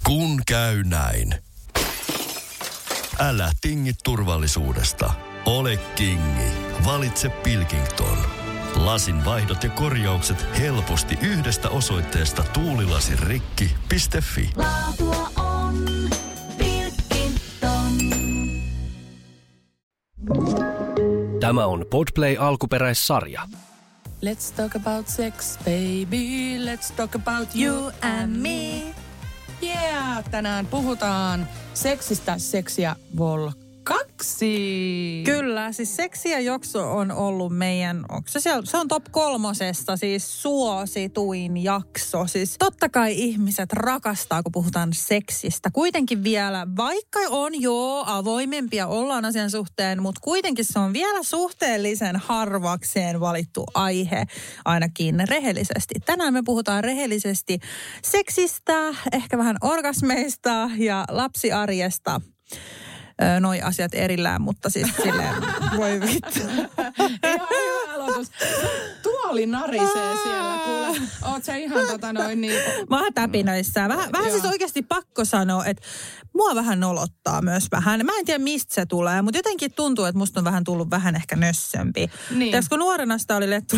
Kun käy näin. Älä tingi turvallisuudesta. Ole kingi. Valitse Pilkington. Lasin vaihdot ja korjaukset helposti yhdestä osoitteesta tuulilasirikki.fi. Laatua on Pilkington. Tämä on Podplay alkuperäissarja. Let's talk about sex, baby. Let's talk about you and me. Yeah, tänään puhutaan seksistä, seksiä vol 2. Kyllä, siis Seksi ja Jokso on ollut meidän, onko se siellä, se on top 3, siis suosituin jakso. Siis totta kai ihmiset rakastaa, kun puhutaan seksistä. Kuitenkin vielä, vaikka on avoimempia ollaan asian suhteen, mutta kuitenkin se on vielä suhteellisen harvakseen valittu aihe, ainakin rehellisesti. Tänään me puhutaan rehellisesti seksistä, ehkä vähän orgasmeista ja lapsiarjesta. Noi asiat erillään, mutta siis silleen voi vittu. Ihan hyvä aloitus. Tuoli narisee siellä, kuule. Oot sä ihan niin... Mä oon täpinöissään. Vähän siis oikeasti pakko sanoa, että mua vähän nolottaa myös vähän. Mä en tiedä mistä se tulee, mutta jotenkin tuntuu, että musta on vähän tullut vähän ehkä nössömpi. Niin. Tässä kun nuorena sitä oli lettu...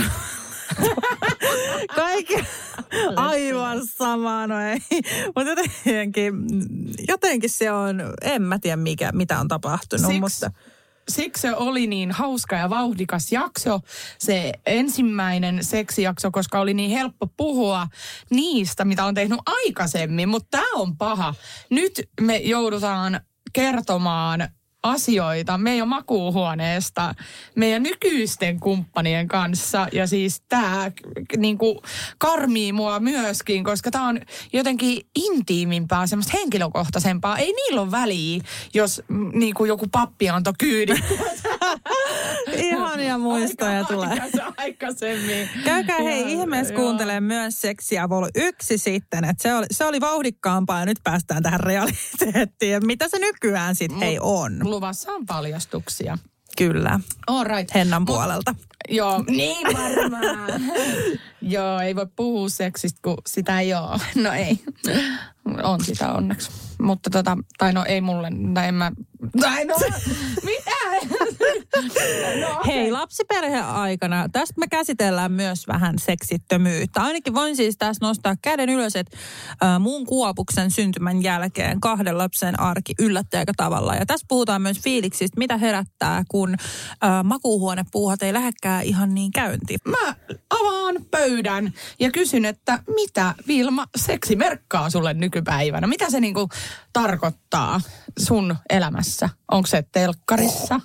Kaikki aivan sama, no ei. Mutta jotenkin se on, en mä tiedä mitä on tapahtunut. Siksi se oli niin hauska ja vauhdikas jakso, se ensimmäinen seksijakso, koska oli niin helppo puhua niistä, mitä on tehnyt aikaisemmin. Mutta tämä on paha. Nyt me joudutaan kertomaan asioita meidän makuuhuoneesta meidän nykyisten kumppanien kanssa. Ja siis tämä niinku karmii mua myöskin, koska tämä on jotenkin intiimimpää, semmoista henkilökohtaisempaa. Ei niillä ole väliä, jos niinku joku pappi antoi kyydin. Ihania muistoja tulee. Aikaisemmin. Käykää hei ihmeessä kuuntelemaan myös Seksiä vol 1 sitten. Että se oli vauhdikkaampaa ja nyt päästään tähän realiteettiin. Mitä se nykyään sitten hei on? Luvassa on paljastuksia. Kyllä. All right. Hennan puolelta. Joo, niin varmaan. Joo, ei voi puhua seksistä, kun sitä ei ole. No ei. On sitä onneksi. Mutta tai no ei mulle, tai en mä... Tai no, mitä? No, okay. Hei, lapsiperheaikana, tästä me käsitellään myös vähän seksittömyyttä. Ainakin voin siis tässä nostaa käden ylös, että mun Kuopuksen syntymän jälkeen 2 lapsen arki yllätti aika tavalla. Ja tässä puhutaan myös fiiliksistä, mitä herättää, kun makuuhuonepuuhat ei lähdekään ihan niin käyntiin. Mä avaan pöydän ja kysyn, että mitä Vilma seksi merkkaa sulle nykypäivänä? Mitä se niinku tarkoittaa sun elämässä? Onko se telkkarissa?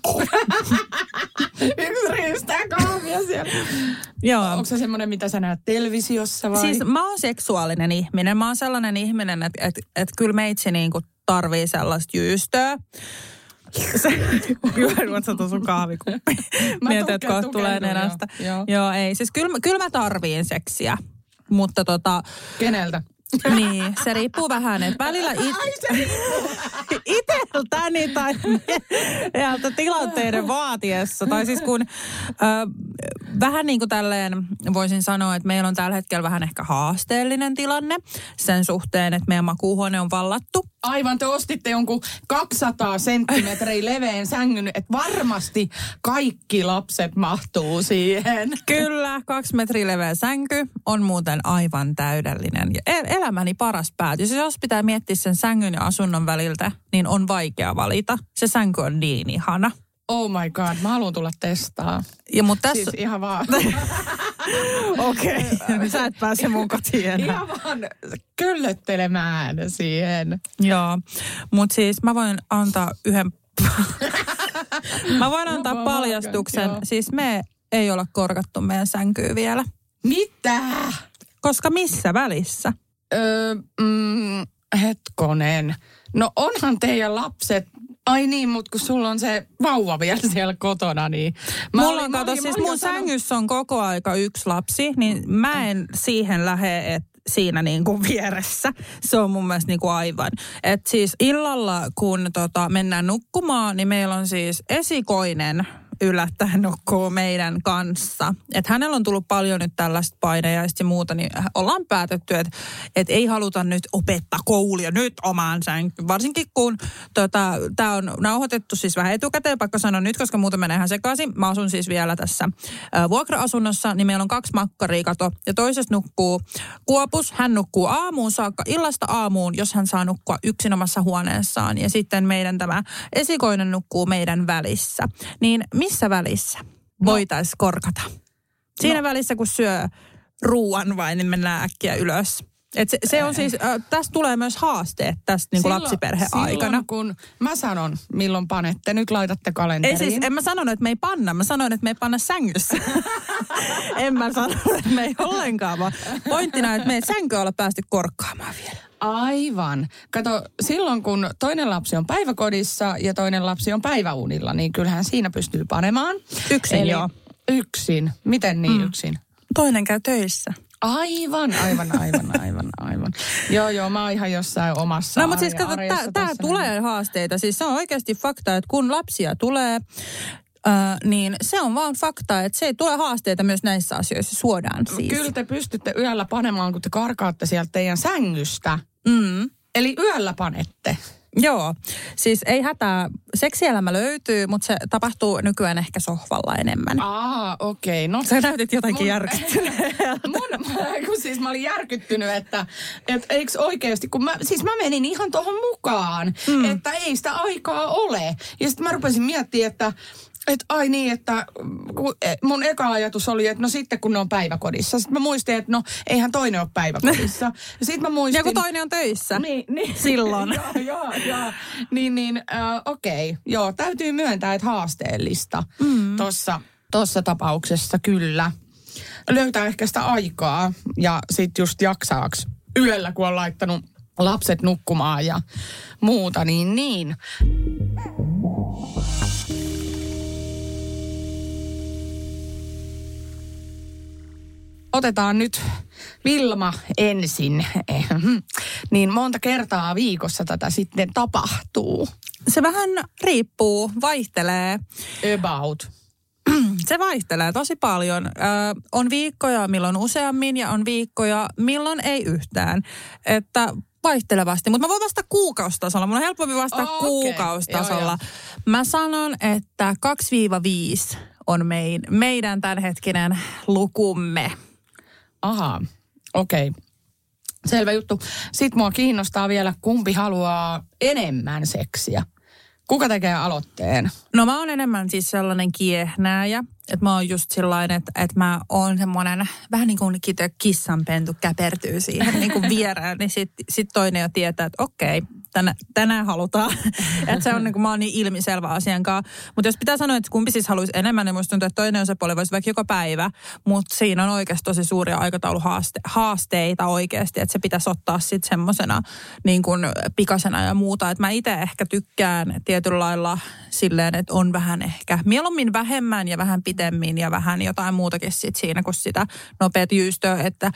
Yksi riistää kahvia siellä. Joo. Onko se semmoinen, mitä sä näet televisiossa vai? Siis mä oon seksuaalinen ihminen. Mä oon sellainen ihminen, että kyllä meitsi niinku tarvii sellaista jyystöä. Kyllä, että sä sun kahvikuppi. Mietin, että kohta tulee nenästä. Joo, ei. Siis kyllä mä tarviin seksiä. Mutta Keneltä? Niin, se riippuu vähän, että välillä itseltäni tai tilanteiden vaatiessa. Tai siis kun vähän niin kuin tälleen voisin sanoa, että meillä on tällä hetkellä vähän ehkä haasteellinen tilanne sen suhteen, että meidän makuuhuone on vallattu. Aivan, te ostitte jonkun 200 senttimetriä leveän sängyn, että varmasti kaikki lapset mahtuu siihen. Kyllä, 2 metriä leveä sänky on muuten aivan täydellinen. Ja elämäni paras päätös. Jos pitää miettiä sen sängyn ja asunnon väliltä, niin on vaikea valita. Se sänky on niin ihana. Oh my god, mä haluan tulla testaa. Ja mut tässä... Siis ihan vaan. Okei, niin sä et pääse mun kotiin enää. Ihan vaan köllöttelemään siihen. Joo, mutta siis mä voin antaa paljastuksen. Joo. Siis me ei olla korkattu meidän sänkyä vielä. Mitä? Koska missä välissä? Hetkonen. No onhan lapset... Ai niin, mutta kun sulla on se vauva vielä siellä kotona, niin... Mun sängyssä on koko aika 1 lapsi, niin mä en siihen lähde, että siinä niin kuin vieressä. Se on mun mielestä niin kuin aivan. Että siis illalla, kun mennään nukkumaan, niin meillä on siis esikoinen yllättäen nukkuu meidän kanssa. Että hänellä on tullut paljon nyt tällaista painejaista ja muuta, niin ollaan päätetty, että ei haluta nyt opettaa koulia nyt omaan sänkyyn. Varsinkin kun tämä on nauhoitettu siis vähän etukäteen, pakko sanoa nyt, koska muuten menee ihan sekaisin. Mä asun siis vielä tässä vuokra-asunnossa, niin meillä on 2 makkaria, kato. Ja toisessa nukkuu Kuopus, hän nukkuu aamuun saakka, illasta aamuun, jos hän saa nukkua yksin omassa huoneessaan. Ja sitten meidän tämä esikoinen nukkuu meidän välissä. Niin missä välissä voitaisiin korkata? Siinä välissä, kun syö ruuan vai, niin mennään äkkiä ylös. Se on siis, tästä tulee myös haasteet tästä niin kuin lapsiperheaikana. Silloin kun mä sanon, milloin panette, nyt laitatte kalenteriin. Ei siis, en mä sanonut, että me ei panna. Mä sanoin, että me ei panna sängyssä. En mä sanonut, että me ei ollenkaan, vaan pointtina, että me ei sänkyä olla päästy korkkaamaan vielä. Aivan. Kato, silloin kun toinen lapsi on päiväkodissa ja toinen lapsi on päiväunilla, niin kyllähän siinä pystyy panemaan. Yksin, joo. Yksin. Miten niin yksin? Toinen käy töissä. Aivan. Joo, mä oon ihan jossain omassa no, mutta siis kato, tää tulee haasteita. Siis se on oikeasti fakta, että kun lapsia tulee, niin se on vaan fakta, että se tulee haasteita myös näissä asioissa, suodaan siis. Kyllä te pystytte yöllä panemaan, kun te karkaatte sieltä teidän sängystä. Eli yöllä panette. Joo, siis ei hätää. Seksielämä löytyy, mutta se tapahtuu nykyään ehkä sohvalla enemmän. Okei. No, sä näytit jotenkin järkyttyneeltä. Kun siis mä olin järkyttynyt, että eikö oikeasti, kun mä menin ihan tohon mukaan, että ei sitä aikaa ole. Ja sitten mä rupesin miettimään, että ai niin, että mun eka ajatus oli, että no sitten kun ne on päiväkodissa. Sitten mä muistin, että no eihän toinen ole päiväkodissa. Ja sitten mä muistin... Ja kun toinen on töissä. Niin. Silloin. Joo. Okei. Joo, täytyy myöntää, että haasteellista tossa tapauksessa kyllä. Löytää ehkä sitä aikaa ja sitten just jaksaaks yöllä, kun on laittanut lapset nukkumaan ja muuta, niin. Otetaan nyt Vilma ensin. Niin monta kertaa viikossa tätä sitten tapahtuu? Se vähän riippuu, vaihtelee. About. Se vaihtelee tosi paljon. On viikkoja, milloin useammin ja on viikkoja, milloin ei yhtään. Että vaihtelevasti. Mutta mä voin vastata kuukausitasolla. Mun on helpompi vastata kuukausitasolla. Joo. Mä sanon, että 2-5 on meidän tämänhetkinen lukumme. Aha, okei. Selvä juttu. Sitten mua kiinnostaa vielä, kumpi haluaa enemmän seksiä. Kuka tekee aloitteen? No mä oon enemmän siis sellainen kiehnääjä. Että mä oon just sellainen, että mä oon semmoinen vähän niin kuin kissanpentu käpertyy siihen niin kuin vierään. Niin sit toinen jo tietää, että okei, tänään halutaan. Että se on niin kuin mä oon niin ilmiselvä asiankaan. Mutta jos pitää sanoa, että kumpi siis haluaisi enemmän, niin musta tuntuu, että toinen osapuoli voisi vaikka joka päivä. Mutta siinä on oikeasti tosi suuria aikatauluhaasteita oikeasti. Että se pitäisi ottaa sitten semmosena niin kuin pikasena ja muuta. Että mä itse ehkä tykkään tietyllä lailla silleen, että on vähän ehkä mieluummin vähemmän ja vähän pitemmin ja vähän jotain muutakin sit siinä kuin sitä nopeat jyystöä, että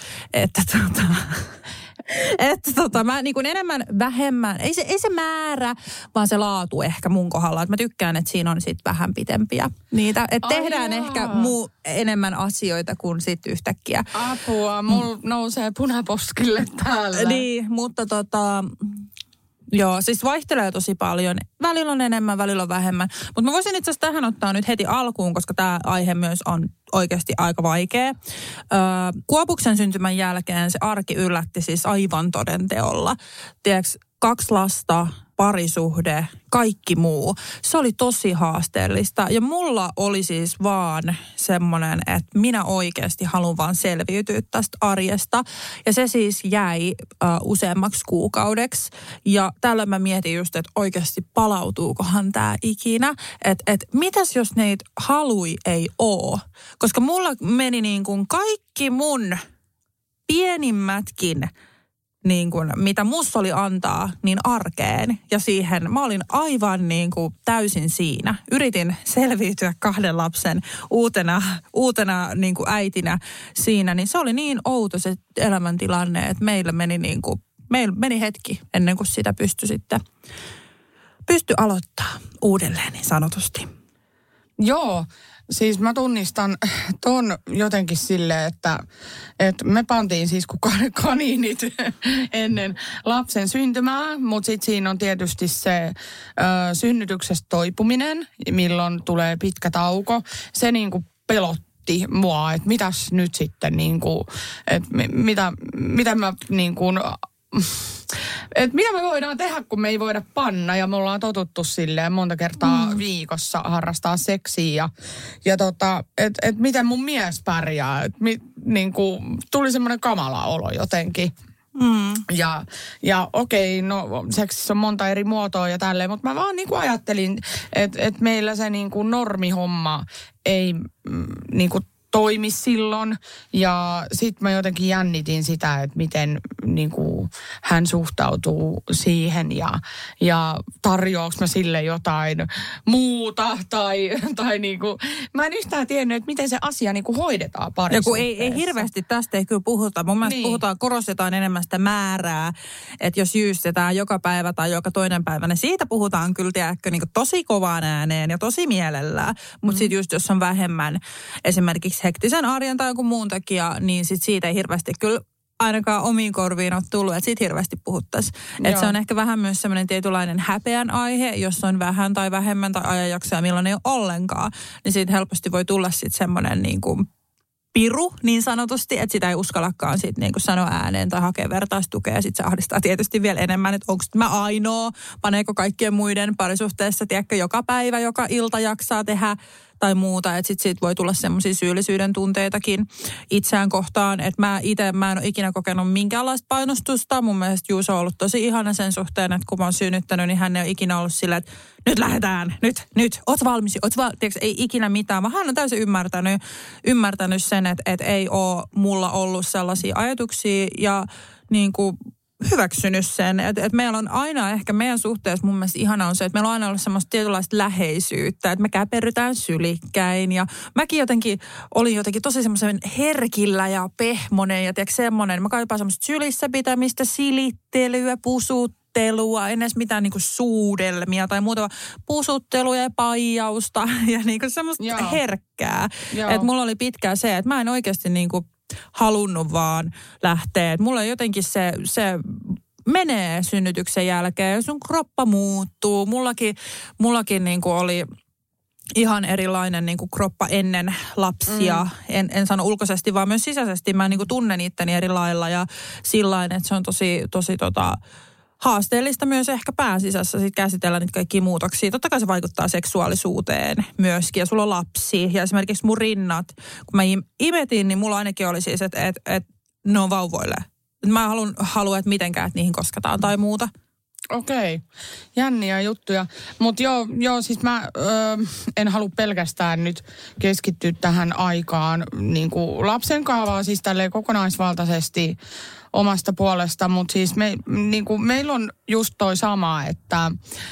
mä niin kuin enemmän vähemmän, ei se määrä, vaan se laatu ehkä mun kohdalla. Että mä tykkään, että siinä on sit vähän pitempiä niitä. Että tehdään ehkä enemmän asioita kuin sit yhtäkkiä. Apua, mulla nousee punaposkille täällä. Niin, mutta joo, siis vaihtelee tosi paljon. Välillä on enemmän, välillä on vähemmän. Mutta mä voisin itse asiassa tähän ottaa nyt heti alkuun, koska tämä aihe myös on oikeasti aika vaikea. Kuopuksen syntymän jälkeen se arki yllätti siis aivan todenteolla. Tiedätkö, 2 lasta, parisuhde, kaikki muu. Se oli tosi haasteellista. Ja mulla oli siis vaan semmoinen, että minä oikeasti haluan vaan selviytyä tästä arjesta. Ja se siis jäi useammaksi kuukaudeksi. Ja tällöin mä mietin just, että oikeasti palautuukohan tämä ikinä. Että mitäs jos neitä halui ei oo? Koska mulla meni niin kuin kaikki mun pienimmätkin niin kuin, mitä musta oli antaa, niin arkeen. Ja siihen mä olin aivan niin kuin täysin siinä. Yritin selviytyä 2 lapsen uutena niin kuin äitinä siinä. Niin se oli niin outo se elämäntilanne, että meillä meni hetki ennen kuin sitä pystyi aloittaa uudelleen niin sanotusti. Joo, siis mä tunnistan ton jotenkin silleen, että me pantiin siis kaniinit ennen lapsen syntymää, mutta sitten siinä on tietysti se synnytyksestä toipuminen, milloin tulee pitkä tauko. Se niinku pelotti mua, että mitäs nyt sitten niinku, että mitä mä niinku... Et mitä me voidaan tehdä, kun me ei voida panna ja me ollaan totuttu silleen monta kertaa viikossa harrastaa seksiä. Ja et miten mun mies pärjää. Niinku, tuli semmoinen kamala olo jotenkin. Ja okei, no seksissä on monta eri muotoa ja tälleen, mutta mä vaan niinku ajattelin, että meillä se niinku normihomma ei niinku toimi silloin. Ja sitten mä jotenkin jännitin sitä, että miten niinku, hän suhtautuu siihen ja tarjoaks mä sille jotain muuta tai niinku, mä en yhtään tiennyt, että miten se asia niinku hoidetaan parisuhteessa. Ja kun ei hirveästi tästä ei kyllä puhuta. Mun mielestä korostetaan enemmän sitä määrää, että jos jyystetään joka päivä tai joka toinen päivä, niin siitä puhutaan kyllä tiedätkö, niinku tosi kovaan ääneen ja tosi mielellään. Mutta sitten just jos on vähemmän esimerkiksi hektisen arjen tai jonkun muun takia, niin sit siitä ei hirveästi kyllä ainakaan omiin korviin ole tullut, että siitä hirveästi puhuttaisiin. Että se on ehkä vähän myös semmoinen tietynlainen häpeän aihe, jos on vähän tai vähemmän tai ajanjaksoja, milloin ei ole ollenkaan. Niin siitä helposti voi tulla sitten semmoinen niin kuin piru niin sanotusti, että sitä ei uskallakaan sitten niin kuin sanoa ääneen tai hakea vertaistukea. Ja sitten se ahdistaa tietysti vielä enemmän, että onko mä ainoa, paneeko kaikkien muiden parisuhteessa, tiedätkö, joka päivä, joka ilta jaksaa tehdä tai muuta, että sitten siitä voi tulla semmoisia syyllisyyden tunteitakin itseään kohtaan, että mä en ole ikinä kokenut minkäänlaista painostusta. Mun mielestä Juuso on ollut tosi ihana sen suhteen, että kun mä oon synnyttänyt, niin hän ei ole ikinä ollut silleen, että nyt lähdetään, nyt, oot valmis, tiedätkö, ei ikinä mitään, vaan hän on täysin ymmärtänyt sen, että ei ole mulla ollut sellaisia ajatuksia ja niin kuin hyväksynyt sen, että meillä on aina ehkä meidän suhteessa mun mielestä ihana on se, että meillä on aina ollut semmoista tietynlaista läheisyyttä, että me käperrytään sylikkäin ja mäkin olin jotenkin tosi semmoisen herkillä ja pehmonen ja tiedätkö semmoinen, mä kaipaan semmoista sylissä pitämistä, silittelyä, pusuttelua, en edes mitään niinku suudelmia tai muuta, pusuttelua ja paijausta ja niinku semmoista herkkää. Että mulla oli pitkään se, että mä en oikeasti niinku halunnut vaan lähteä. Et mulla jotenkin se menee synnytyksen jälkeen, sun kroppa muuttuu. Mullakin niinku oli ihan erilainen niinku kroppa ennen lapsia. En sano ulkoisesti, vaan myös sisäisesti. Mä niinku tunnen itteni eri lailla ja sillain, että se on tosi haasteellista myös ehkä pääsisässä sit käsitellä niitä kaikkia muutoksia. Totta kai se vaikuttaa seksuaalisuuteen myöskin ja sulla on lapsi. Ja esimerkiksi mun rinnat, kun mä imetin, niin mulla ainakin oli siis, että ne on vauvoille. Mä en halua, että mitenkään, että niihin kosketaan tai muuta. Okei, jänniä juttuja. Mutta joo, siis mä en halua pelkästään nyt keskittyä tähän aikaan niin kuin lapsen kaavaa, siis tälleen kokonaisvaltaisesti omasta puolesta, mutta siis meillä on just toi sama, että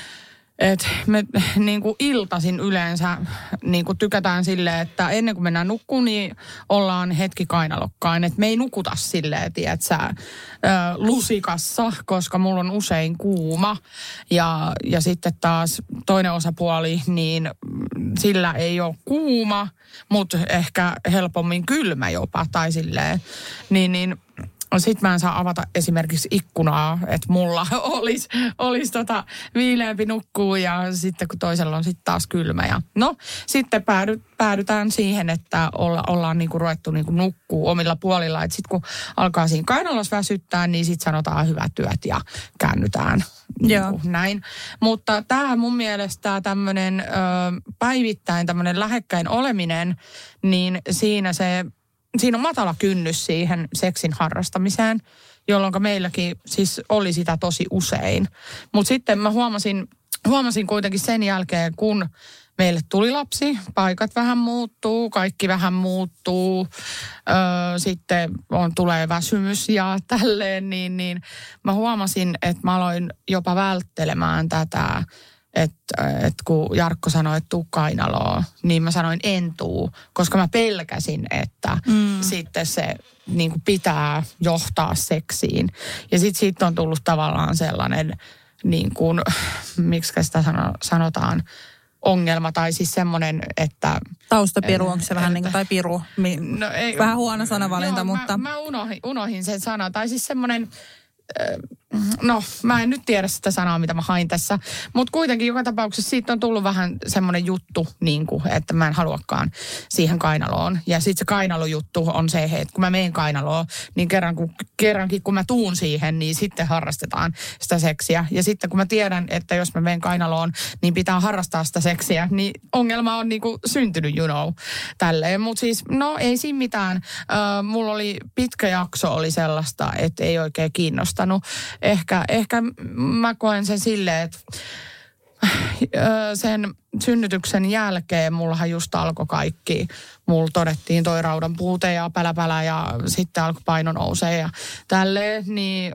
me niinku iltaisin yleensä niinku tykätään silleen, että ennen kuin mennään nukkuun, niin ollaan hetki kainalokkain. Että me ei nukuta silleen, tiedätkö, lusikassa, koska mulla on usein kuuma. Ja sitten taas toinen osapuoli, niin sillä ei ole kuuma, mutta ehkä helpommin kylmä jopa tai silleen. Niin sitten mä en saa avata esimerkiksi ikkunaa, että mulla olisi viileämpi nukkuu ja sitten kun toisella on sitten taas kylmä. Ja no sitten päädytään siihen, että ollaan niinku ruvettu niinku nukkuu omilla puolilla. Että sitten kun alkaa siinä kainalossa väsyttää, niin sitten sanotaan hyvät työt ja käännytään niinku näin. Mutta tämä mun mielestä tämmöinen päivittäin tämmöinen lähekkäin oleminen, niin siinä on matala kynnys siihen seksin harrastamiseen, jolloin meilläkin siis oli sitä tosi usein. Mutta sitten mä huomasin kuitenkin sen jälkeen, kun meille tuli lapsi, paikat vähän muuttuu, kaikki vähän muuttuu, sitten tulee väsymys ja tälleen, niin mä huomasin, että mä aloin jopa välttelemään tätä. Että kun Jarkko sanoi, että tuu kainaloon, niin mä sanoin en tuu, koska mä pelkäsin, että sitten se niin kuin pitää johtaa seksiin. Ja sitten siitä on tullut tavallaan sellainen, niin kuin, miksi sitä sanotaan, ongelma tai siis semmoinen, että... Taustapiru, onko se vähän niin kuin, tai piru? No, ei, vähän huono sanavalinta, joo, mutta... Mä unohin sen sanan. Tai siis semmoinen... No, mä en nyt tiedä sitä sanaa, mitä mä hain tässä. Mutta kuitenkin joka tapauksessa siitä on tullut vähän semmoinen juttu, niin kuin, että mä en haluakaan siihen kainaloon. Ja sitten se kainalojuttu on se, että kun mä menen kainaloon, niin kerrankin kun mä tuun siihen, niin sitten harrastetaan sitä seksiä. Ja sitten kun mä tiedän, että jos mä menen kainaloon, niin pitää harrastaa sitä seksiä, niin ongelma on niinku syntynyt, tälleen. Mutta siis, no ei siinä mitään. Mulla oli pitkä jakso oli sellaista, että ei oikein kiinnostanut. Ehkä mä koen sen silleen, että sen synnytyksen jälkeen mullahan just alkoi kaikki. Mulla todettiin toi raudan puute ja pälä ja sitten alkoi paino nousee ja tälleen. Niin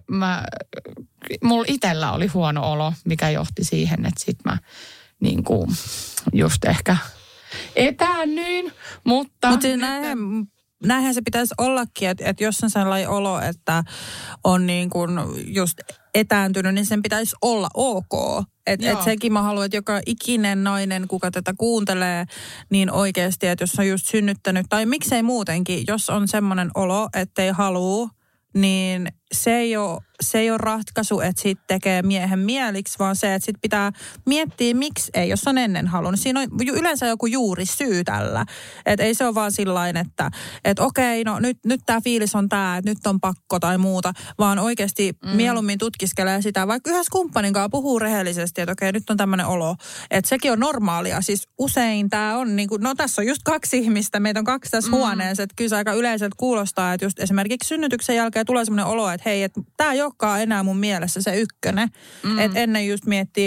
mulla itsellä oli huono olo, mikä johti siihen, että sit mä niinku just ehkä etäännyin, mutta... Näinhän se pitäisi ollakin, että jos on sellainen olo, että on niin kuin just etääntynyt, niin sen pitäisi olla ok. Että sekin mä haluan, että joka ikinen nainen, kuka tätä kuuntelee, niin oikeasti, että jos on just synnyttänyt, tai miksei muutenkin, jos on semmoinen olo, ettei halua, niin se ei ole ratkaisu, että siitä tekee miehen mieliksi, vaan se, että sit pitää miettiä, miksi ei, jos on ennen halunnut. Siinä on yleensä joku juuri syy tällä. Että ei se ole vaan sillain, että okei, no nyt tämä fiilis on tämä, että nyt on pakko tai muuta, vaan oikeasti mieluummin tutkiskelee sitä, vaikka yhdessä kumppanin kanssa puhuu rehellisesti, että okei, nyt on tämmöinen olo. Että sekin on normaalia. Siis usein tämä on niin kuin, no tässä on just 2 ihmista, meitä on 2 tässä huoneessa, että kyllä se aika yleiseltä kuulostaa, että just esimerkiksi synnytyksen jälkeen tulee semmoinen olo, että hei, että tämä ei olekaan enää mun mielessä se ykkönen. Että ennen just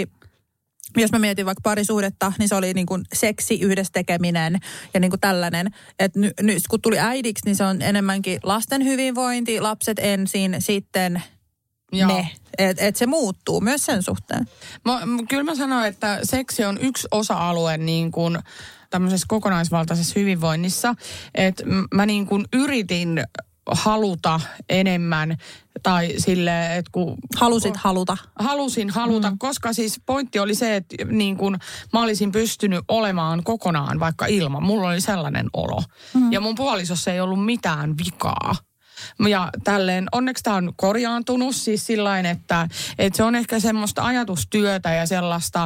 jos mä mietin vaikka parisuhdetta, niin se oli niin kuin seksi, yhdessä tekeminen ja niin kuin tällainen. Että nyt kun tuli äidiksi, niin se on enemmänkin lasten hyvinvointi, lapset ensin, sitten ne. Että se muuttuu myös sen suhteen. Kyllä mä sanoin, että seksi on yksi osa-alue niin kuin tämmöisessä kokonaisvaltaisessa hyvinvoinnissa. Että mä niin kuin yritin haluta enemmän tai silleen, että kun... Halusin haluta, koska siis pointti oli se, että niin kun mä olisin pystynyt olemaan kokonaan vaikka ilman. Mulla oli sellainen olo. Ja mun puolisossa ei ollut mitään vikaa. Ja tälleen, onneksi tämä on korjaantunut siis sillain, että se on ehkä semmoista ajatustyötä ja sellaista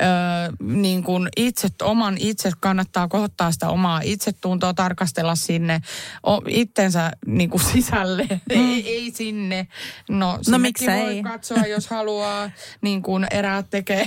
niin kuin oman itse kannattaa kohottaa sitä omaa itsetuntoa, tarkastella sinne itsensä niin kuin sisälle, ei sinne. No miksei? Voi katsoa, jos haluaa, niin kuin eräät tekee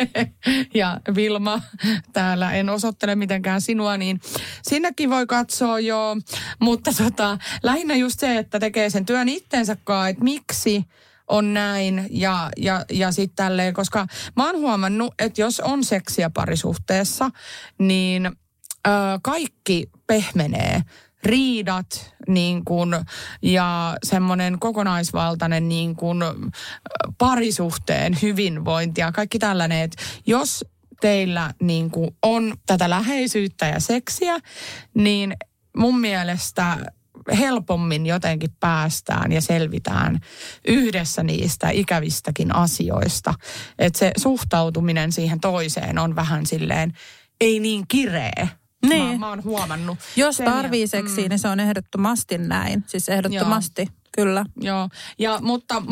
ja Vilma, täällä en osoittele mitenkään sinua, niin sinnekin voi katsoa jo, mutta lähinnä just se, että tekee sen työn itsensä kanssa, että miksi on näin ja sitten tälleen, koska mä oon huomannut, että jos on seksiä parisuhteessa, niin kaikki pehmenee. Riidat niin kun, ja semmoinen kokonaisvaltainen niin kun, parisuhteen hyvinvointi ja kaikki tällainen, että jos teillä niin kun, on tätä läheisyyttä ja seksiä, niin mun mielestä helpommin jotenkin päästään ja selvitään yhdessä niistä ikävistäkin asioista. Että se suhtautuminen siihen toiseen on vähän silleen, ei niin kireä. Niin. Mä oon huomannut. Jos tarvii seksiä, niin se on ehdottomasti näin. Siis ehdottomasti, kyllä. Joo, mutta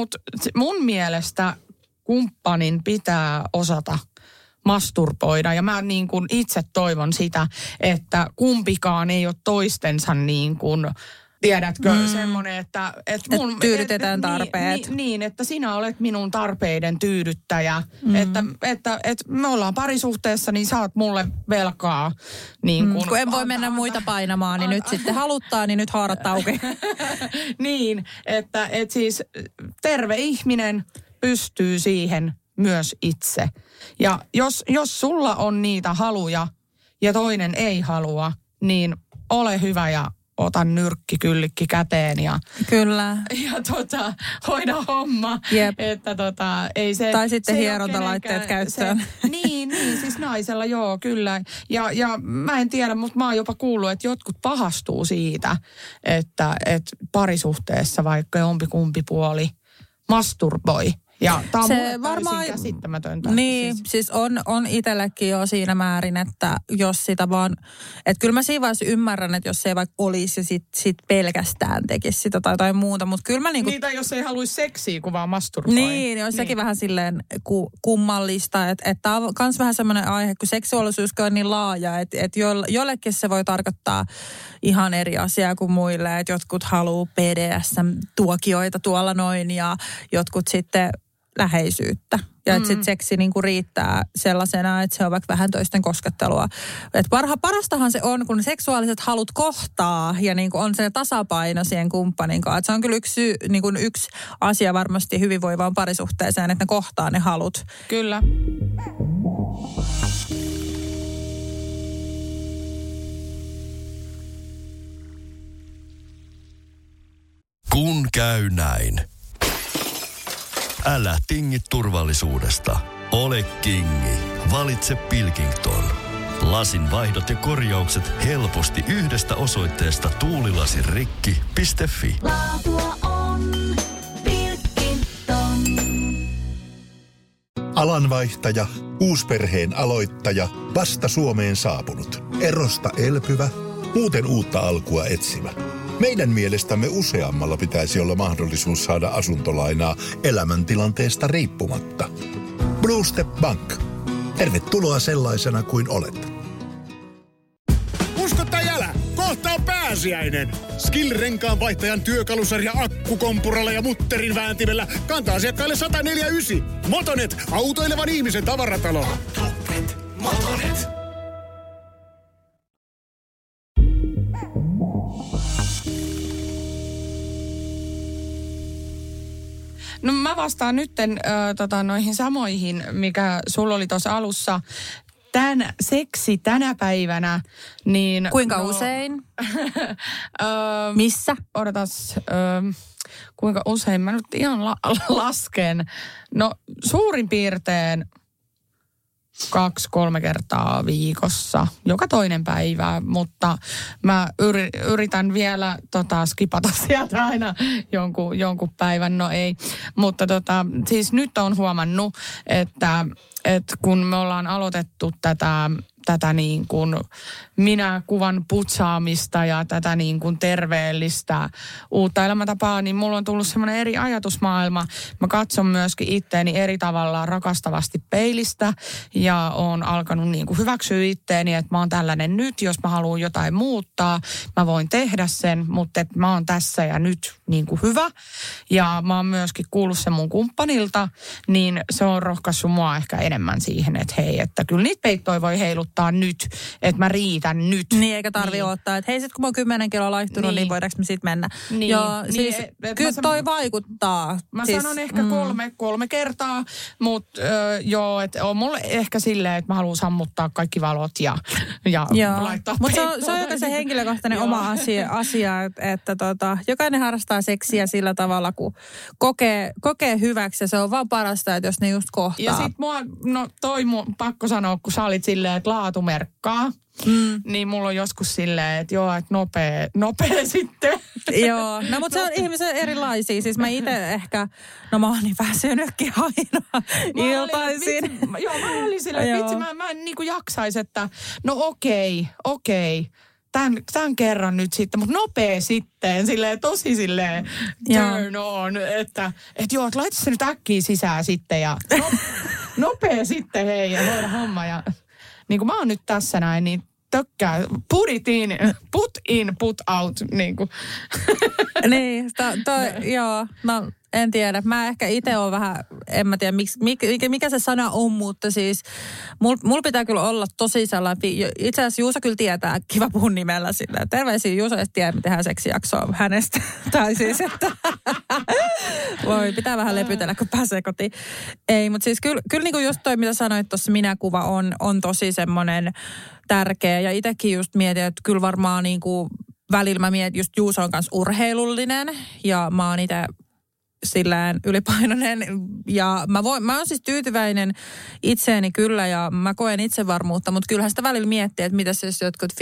mun mielestä kumppanin pitää osata masturboida. Ja mä niin kuin itse toivon sitä, että kumpikaan ei ole toistensa niin kuin, tiedätkö, semmoinen, että tyydytetään tarpeet. Niin, että sinä olet minun tarpeiden tyydyttäjä. Että me ollaan parisuhteessa, niin saat mulle velkaa. Niin kun en voi mennä muita painamaan, niin nyt sitten haluttaa, niin nyt haarat auki. Niin, että siis terve ihminen pystyy siihen myös itse. Ja jos sulla on niitä haluja ja toinen ei halua, niin ole hyvä ja ota nyrkkikyllikki käteen ja kyllä. Ja hoida homma. Jep. Että ei se tai sitten se hierontalaitteet käyttöön. Niin, siis naisella joo, kyllä. Ja mä en tiedä, mutta mä oon jopa kuullut, että jotkut pahastuu siitä, että parisuhteessa vaikka jompikumpi puoli masturboi. Ja tämä on Se mulle varmaan täysin käsittämätöntä. Niin, siis on itsellekin jo siinä määrin, että jos sitä vaan, että kyllä mä siinä vaiheessa ymmärrän, että jos se ei vaikka olisi ja sit pelkästään tekisi sitä tai jotain muuta, mutta kyllä mä niinku... Niitä, jos ei haluaisi seksiä, kun vaan masturboi. Niin, olisi sekin vähän silleen kummallista, että tämä on myös vähän semmoinen aihe, kun seksuaalisuus on niin laaja, että jollekin se voi tarkoittaa ihan eri asiaa kuin muille, että jotkut haluaa BDSM-tuokioita tuolla noin ja jotkut sitten läheisyyttä. Ja että sitten seksi niinku riittää sellaisena, että se on vaikka vähän toisten koskettelua. Että parastahan se on, kun seksuaaliset halut kohtaa ja niinku on se tasapaino siihen kumppanin kanssa. Et se on kyllä yksi asia varmasti hyvinvoivaan parisuhteeseen, että ne kohtaa ne halut. Kyllä. Kun käy näin. Älä tingi turvallisuudesta. Ole kingi. Valitse Pilkington. Lasin vaihdot ja korjaukset helposti yhdestä osoitteesta tuulilasirikki.fi. Laatua on Pilkington. Alanvaihtaja, uusperheen aloittaja, vasta Suomeen saapunut, erosta elpyvä, muuten uutta alkua etsimä. Meidän mielestämme useammalla pitäisi olla mahdollisuus saada asuntolainaa elämäntilanteesta riippumatta. Blue Step Bank. Tervetuloa sellaisena kuin olet. Usko tai älä, kohta on pääsiäinen. Skill-renkaan vaihtajan työkalusarja akkukompuralla ja mutterin vääntimellä kantaa asiakkaille 149. Motonet, autoilevan ihmisen tavaratalo. Motonet. No mä vastaan nytten noihin samoihin, mikä sulla oli tuossa alussa. Seksi tänä päivänä, niin... Kuinka usein? Missä? Odotas, kuinka usein? Mä nyt ihan lasken. No suurin piirtein 2-3 kertaa viikossa, joka toinen päivä, mutta mä yritän vielä skipata sieltä aina jonkun päivän, no ei. Mutta siis nyt on huomannut, että kun me ollaan aloitettu tätä niin kuin minäkuvan putsaamista ja tätä niin kuin terveellistä uutta elämäntapaa, niin mulla on tullut semmoinen eri ajatusmaailma. Mä katson myöskin itteeni eri tavalla rakastavasti peilistä ja oon alkanut niin kuin hyväksyä itteeni, että mä oon tällainen nyt. Jos mä haluan jotain muuttaa, mä voin tehdä sen, mutta että mä oon tässä ja nyt niin kuin hyvä. Ja mä oon myöskin kuullut sen mun kumppanilta, niin se on rohkaissut mua ehkä enemmän siihen, että hei, että kyllä niitä peittoja voi heiluttaa nyt, että mä riitän nyt. Niin, eikä tarvitse ottaa, että hei, sit kun mä oon 10 kiloa laihtunut, niin voidaanko me sit mennä? Niin. Joo, siis kyllä toi vaikuttaa. Mä siis, sanon ehkä kolme kertaa, mutta joo, että on mulle ehkä silleen, että mä haluan sammuttaa kaikki valot ja laittaa mutta se on jokaisen henkilökohtainen oma asia että jokainen harrastaa seksiä sillä tavalla, kun kokee hyväksi ja se on vaan parasta, että jos ne just kohtaa. Ja sit pakko sanoa, kun sä olit silleen, että laatumerkkaa, niin mulla on joskus silleen, että joo, että nopea sitten. Joo, no mutta se on ihmisen erilaisia. Siis mä itse ehkä, mä oon niin väsynytkin aina iltaisin. Mä olin silleen, että vitsi, mä en niinku jaksais, että no okei. Tämän kerran nyt sitten, mutta nopea sitten, silleen tosi silleen turn on, että joo, että laita se nyt äkkiä sisään sitten ja nopea sitten hei ja hoida homma ja niin kuin mä oon nyt tässä näin, niin tökkää, put in, put out, niin kuin. Niin, joo, no en tiedä. Mä ehkä itse olen vähän, en mä tiedä mikä se sana on, mutta siis mulla pitää kyllä olla tosi sellainen, itse asiassa Juuso kyllä tietää, kiva puhun nimellä sillä. Terveisiä Juuso, jos tiedä, me tehdään seksijaksoa hänestä. Tai siis, että voi, pitää vähän lepytellä, kun pääsee kotiin. Ei, mutta siis kyllä niin kuin just toi, mitä sanoit tuossa minäkuva on tosi semmoinen tärkeä. Ja itsekin just mietin, että kyllä varmaan niin kuin välillä mä mietin, just Juuso on kanssa urheilullinen ja mä oon itse sillään ylipainoinen ja mä oon siis tyytyväinen itseeni kyllä ja mä koen itsevarmuutta, mutta kyllähän sitä välillä miettii, että mitä jos jotkut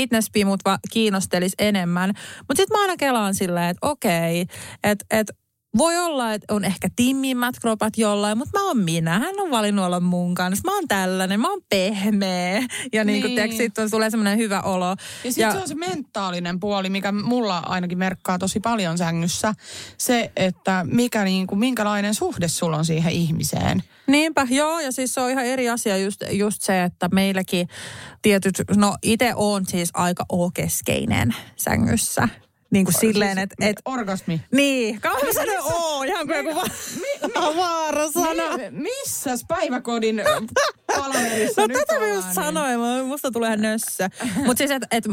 fitnesspimut kiinnostelis enemmän. Mutta sitten mä aina kelaan silleen, että okei, että voi olla, että on ehkä timmimmät kropat jollain, mutta mä oon minä. Hän on valinnut olla mun kanssa. Mä oon tällainen, mä oon pehmeä. Ja niin kuin sitten tulee semmoinen hyvä olo. Ja sitten se on se mentaalinen puoli, mikä mulla ainakin merkkaa tosi paljon sängyssä. Se, että minkälainen suhde sulla on siihen ihmiseen. Niinpä, joo, ja siis se on ihan eri asia just se, että meilläkin tietyt, no itse on siis aika O-keskeinen sängyssä. Niin kuin silleen, siis, että orgasmi. Niin, kauan sanoa ihan kuin joku vaarasana. Missäs päiväkodin palaverissa no nyt tätä mä ollaan, just sanoin, musta tulee ihan nössö. Mutta siis, että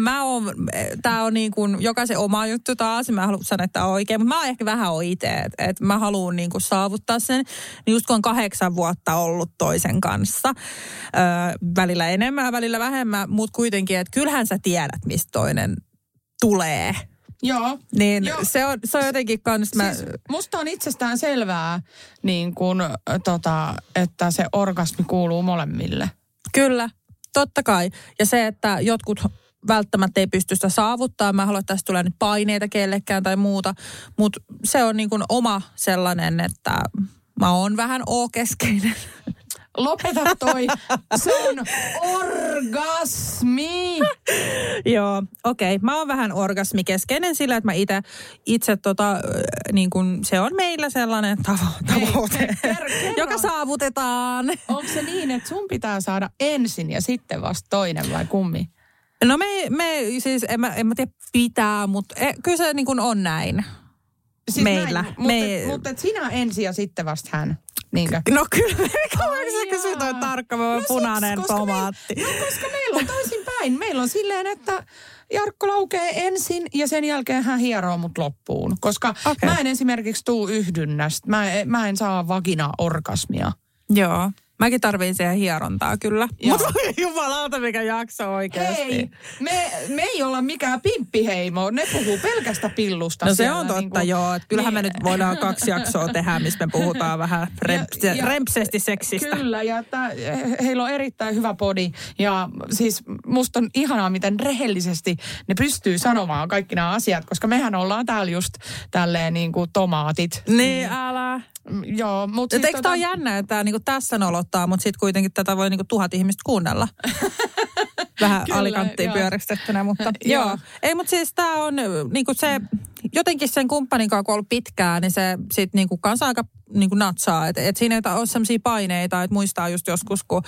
tää on niin kuin jokaisen oma juttu taas, mä haluan sanoa, että oikein, mutta mä ehkä vähän oon itse, että mä haluan niin kuin saavuttaa sen. Niin just kun on 8 vuotta ollut toisen kanssa, välillä enemmän, välillä vähemmän, mutta kuitenkin, että kyllähän sä tiedät, mistä toinen tulee. Joo. Niin joo. Se on jotenkin kans... Siis musta on itsestään selvää, niin kun, että se orgasmi kuuluu molemmille. Kyllä, totta kai. Ja se, että jotkut välttämättä ei pysty sitä saavuttaa. Mä haluan, että tässä tulee nyt paineita kellekään tai muuta. Mutta se on niin kuin oma sellainen, että mä oon vähän O-keskeinen. Lopeta toi. Se on orgasmi. Joo, okei. Mä oon vähän orgasmikeskeinen sillä, että mä itse niin kun se on meillä sellainen tavoite, joka saavutetaan. Onko se niin, että sun pitää saada ensin ja sitten vasta toinen vai kummi? No me siis, en mä tiedä pitää, mutta kyllä se niin kun on näin. Siis meillä. Näin, mutta sinä ensin ja sitten vasta hän. Niinkö? No kyllä, kauanko sä kysyt toi tarkka, punainen tomaatti. Koska meillä on toisinpäin. Meillä on silleen, että Jarkko laukee ensin ja sen jälkeen hän hieroo mut loppuun. Koska mä en esimerkiksi tuu yhdynnästä. Mä en saa vagina-orgasmia. Joo. Mäkin tarviin siihen hierontaa kyllä. Mutta jumalauta mikä jakso oikeasti. Hei, me ei olla mikään pimppiheimo. Ne puhuu pelkästä pillusta. No se on totta joo. Että kyllähän me nyt voidaan 2 jaksoa tehdä, missä me puhutaan vähän rempsesti seksistä. Kyllä ja että heillä on erittäin hyvä podi. Ja siis musta on ihanaa, miten rehellisesti ne pystyy sanomaan kaikki nämä asiat. Koska mehän ollaan täällä just tälleen niin kuin tomaatit. Niin älä. Joo, mutta siis eikö tämä ole jännä, että tämä niinku tässä nolottaa, mutta sitten kuitenkin tätä voi niinku 1000 ihmistä kuunnella. Vähän alikanttiin pyöristettynä, mutta joo. Ei, mutta siis tämä on niinku se, jotenkin sen kumppanin kanssa, kun on ollut pitkään, niin se sitten niinku kanssa aika niinku natsaa. Että siinä ei ole sellaisia paineita, että muistaa just joskus, kun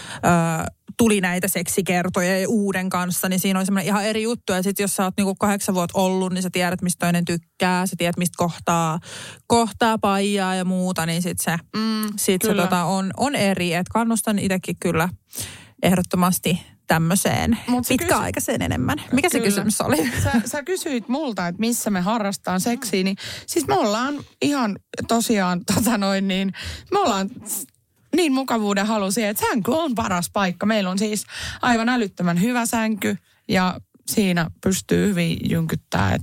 tuli näitä seksikertoja ja uuden kanssa, niin siinä on semmoinen ihan eri juttu. Ja sitten jos sä oot niinku 8 vuotta ollut, niin sä tiedät, mistä toinen tykkää. Sä tiedät, mistä kohtaa paijaa ja muuta, niin sitten se on eri. Et kannustan itsekin kyllä ehdottomasti tämmöiseen pitkäaikaiseen enemmän. Mikä se kysymys oli? Sä kysyit multa, että missä me harrastaan seksiä, niin siis me ollaan ihan tosiaan me ollaan niin mukavuuden halusi, että sänky on paras paikka. Meillä on siis aivan älyttömän hyvä sänky ja siinä pystyy hyvin jynkyttää.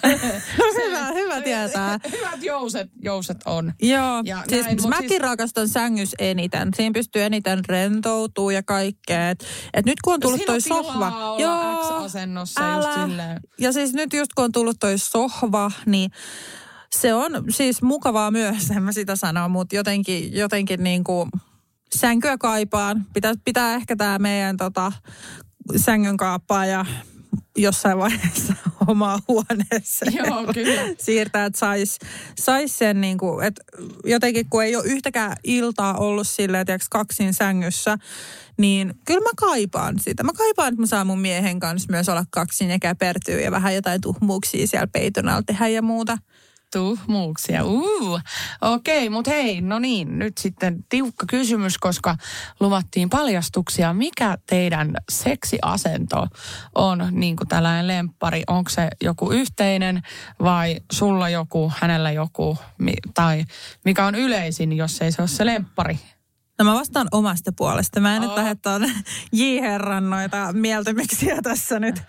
Hyvä tietää. Hyvät jouset on. Joo, ja siis mäkin rakastan sängys eniten. Siinä pystyy eniten rentoutua ja kaikkea. Et nyt kun on tullut toi sohva. Joo, X-asennossa just silleen. Ja siis nyt just kun on tullut toi sohva, niin se on siis mukavaa myös, en mä sitä sano, mutta jotenkin niin kuin sänkyä kaipaan. Pitää ehkä tää meidän sängyn kaappaa ja jossain vaiheessa omaa huoneessa. Joo, kyllä. Siirtää, että sais sen niin kuin, että jotenkin kun ei ole yhtäkään iltaa ollut silleen, että kaksin sängyssä, niin kyllä mä kaipaan sitä. Mä kaipaan, että mä saan mun miehen kanssa myös olla kaksin ja käpertyä ja vähän jotain tuhmuuksia siellä peiton alla tehdä ja muuta. Tuhmuuksia. Okei, mutta hei, no niin, nyt sitten tiukka kysymys, koska luvattiin paljastuksia. Mikä teidän seksiasento on, niin kuin tällainen lemppari? Onko se joku yhteinen vai sulla joku, hänellä joku, tai mikä on yleisin, jos ei se ole se lemppari? No mä vastaan omasta puolesta. Mä en nyt lähde tuon J-herran noita mieltymyksiä tässä nyt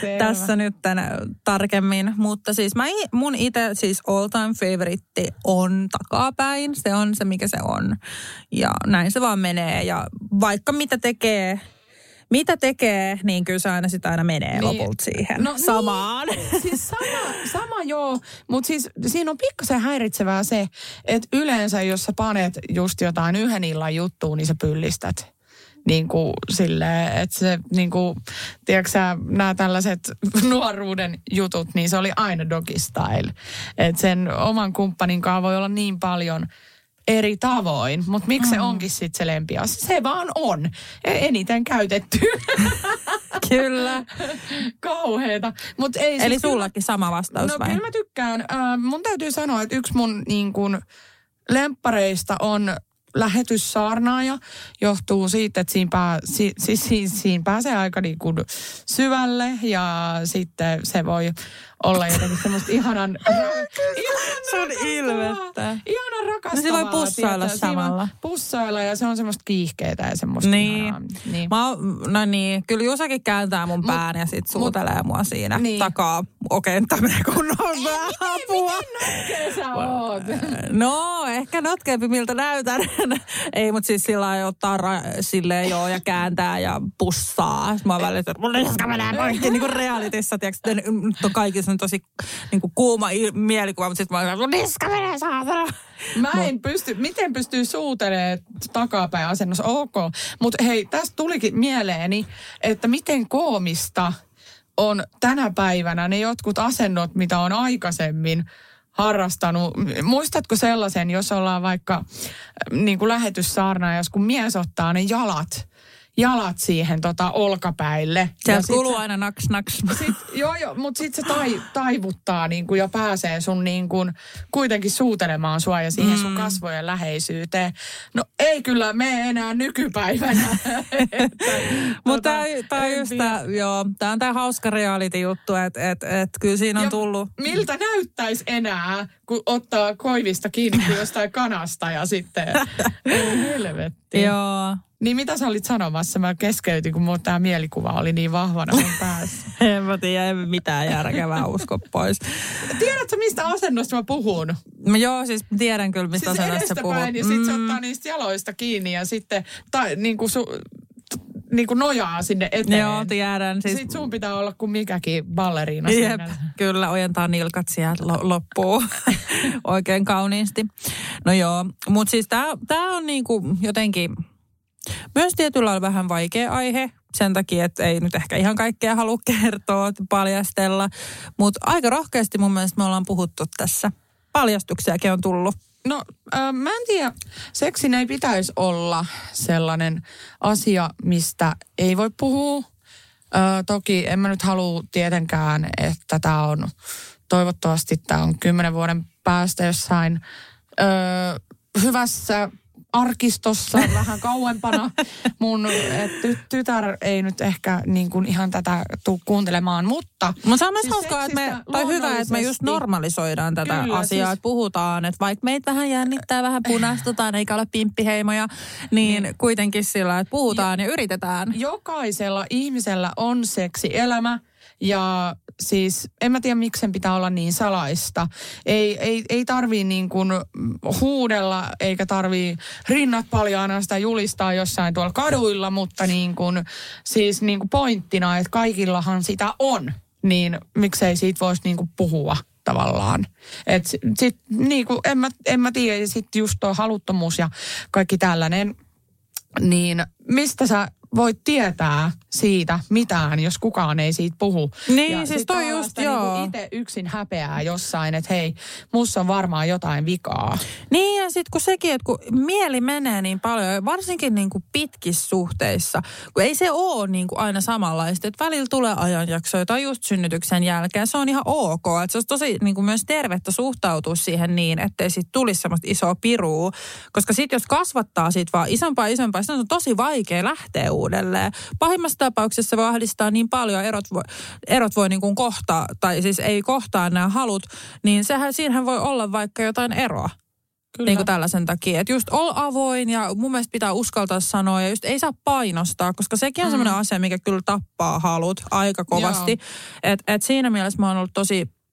tarkemmin. Mutta siis mun itse siis all time favoritti on takapäin. Se on se, mikä se on. Ja näin se vaan menee. Ja vaikka mitä tekee mitä tekee, niin kyllä se aina menee lopulta siihen samaan. Niin, siis sama joo, mutta siis siinä on pikkasen häiritsevää se, että yleensä jos sä panet just jotain yhden illan juttuun, niin sä pyllistät. Niin kuin silleen, että se niin kuin, tiedätkö sä, nämä tällaiset nuoruuden jutut, niin se oli aina doggy style. Että sen oman kumppanin kanssa voi olla niin paljon eri tavoin, mutta miksi se onkin sitten se lempiasia? Se vaan on. Eniten käytetty. Kyllä. Kauheeta. Mut ei, eli siis sullakin sama vastaus vai? No kyllä mä tykkään. Mun täytyy sanoa, että yksi mun niin kuin lemppareista on lähetyssaarnaaja. Johtuu siitä, että siinä pääsee aika niin kuin syvälle ja sitten se voi olla jotenkin semmoista ihanan se on ilmettä. Ihanan rakastavaa. No se voi pussailla samalla. Pussailla ja se on semmoista kiihkeetä ja semmoista ihanaa. Niin. No niin, kyllä Jusakin kääntää mun pään ja sit suutelee mua siinä takaa okentaminen kunnon apua. Miten notkea sä oot? No, ehkä notkeampi miltä näytän. Ei, mutta siis sillä lailla ottaa silleen joo ja kääntää ja pussaa. Mä oon välillä, että mun niska menee poikki niin kuin realitissa. Tiedätkö, nyt on kaikissa tosi niin kuin kuuma mielikuva, mutta sitten mä oon, mun niska menee saatana. Mä en pysty, miten pystyy suutelemaan takapäin asennossa, ok. Mutta hei, tästä tulikin mieleeni, että miten koomista on tänä päivänä ne jotkut asennot, mitä on aikaisemmin harrastanut. Muistatko sellaisen, jos ollaan vaikka niin kuin lähetyssaarnaajassa, kun mies ottaa ne jalat siihen olkapäille. Sieltä kuuluu aina naks. Joo, mutta sitten se taivuttaa niin kuin, ja pääsee sun niin kuin, kuitenkin suutelemaan sua ja siihen sun kasvojen läheisyyteen. No ei kyllä mene enää nykypäivänä. Mutta tämä on just tämä on tämä hauska reality-juttu, että kyllä siinä on tullut. Miltä näyttäisi enää, kun ottaa koivista kiinni jostain kanasta ja sitten helvetti. Joo. Niin mitä sä olit sanomassa? Mä keskeytin, kun tämä mielikuva oli niin vahvana mun päässä. En mä tiedä, ei mitään järkevää usko pois. Tiedätkö, mistä asennosta mä puhun? Joo, siis tiedän kyllä, mistä asennosta sä puhut. Ja sitten se ottaa niistä jaloista kiinni ja sitten niin kuin nojaa sinne eteen. Joo, tiedän. Siis sitten sun pitää olla kuin mikäkin balleriina siinä. Kyllä, ojentaa nilkat sieltä loppuu oikein kauniisti. No joo, mutta siis tää on niinku jotenkin myös tietyllä lailla vähän vaikea aihe. Sen takia, että ei nyt ehkä ihan kaikkea halua kertoa, paljastella. Mutta aika rohkeasti mun mielestä me ollaan puhuttu tässä. Paljastuksiakin on tullut. No mä en tiedä, seksin ei pitäisi olla sellainen asia, mistä ei voi puhua. Toki en mä nyt halua tietenkään, että tämä on, toivottavasti tämä on 10 vuoden päästä jossain hyvässä arkistossa vähän kauempana. Mun tytär ei nyt ehkä niin kuin ihan tätä tule kuuntelemaan, mutta se on myös hauskaa, tai hyvä, että me just normalisoidaan tätä asiaa, että puhutaan, että vaikka meitä vähän jännittää, vähän punastutaan, eikä ole pimppiheimoja, niin kuitenkin sillä, että puhutaan ja yritetään. Jokaisella ihmisellä on seksielämä. Ja siis en mä tiedä, miksi sen pitää olla niin salaista. Ei tarvii niin kuin huudella, eikä tarvii rinnat paljaana sitä julistaa jossain tuolla kaduilla, mutta niin kuin, siis niin kuin pointtina, että kaikillahan sitä on. Niin miksei siitä voisi niin kuin puhua tavallaan. Että sit niin kuin, en mä tiedä, sitten just tuo haluttomuus ja kaikki tällainen, niin mistä sä voit tietää siitä mitään, jos kukaan ei siitä puhu. Niin, ja siis toi just joo. Niin itse yksin häpeää jossain, että hei, musta on varmaan jotain vikaa. Niin, ja sitten kun sekin, että kun mieli menee niin paljon, varsinkin niin kuin pitkissä suhteissa, kun ei se ole niin kuin aina samanlaista, että välillä tulee ajanjaksoja tai just synnytyksen jälkeen, se on ihan ok. Että se olisi tosi niin kuin myös tervettä suhtautua siihen niin, ettei siitä tulisi semmoista isoa pirua, koska sitten jos kasvattaa siitä vaan isompaa, se on tosi vaikea lähteä uudelleen. Pahimmassa tapauksessa voi ahdistaa niin paljon, erot voi niin kuin kohtaa, tai siis ei kohtaa nämä halut, niin siinähän voi olla vaikka jotain eroa. Kyllä. Niin kuin tällaisen takia. Että just ol avoin ja mun mielestä pitää uskaltaa sanoa ja just ei saa painostaa, koska sekin on semmoinen asia, mikä kyllä tappaa halut aika kovasti. Että siinä mielessä mä oon ollut tosi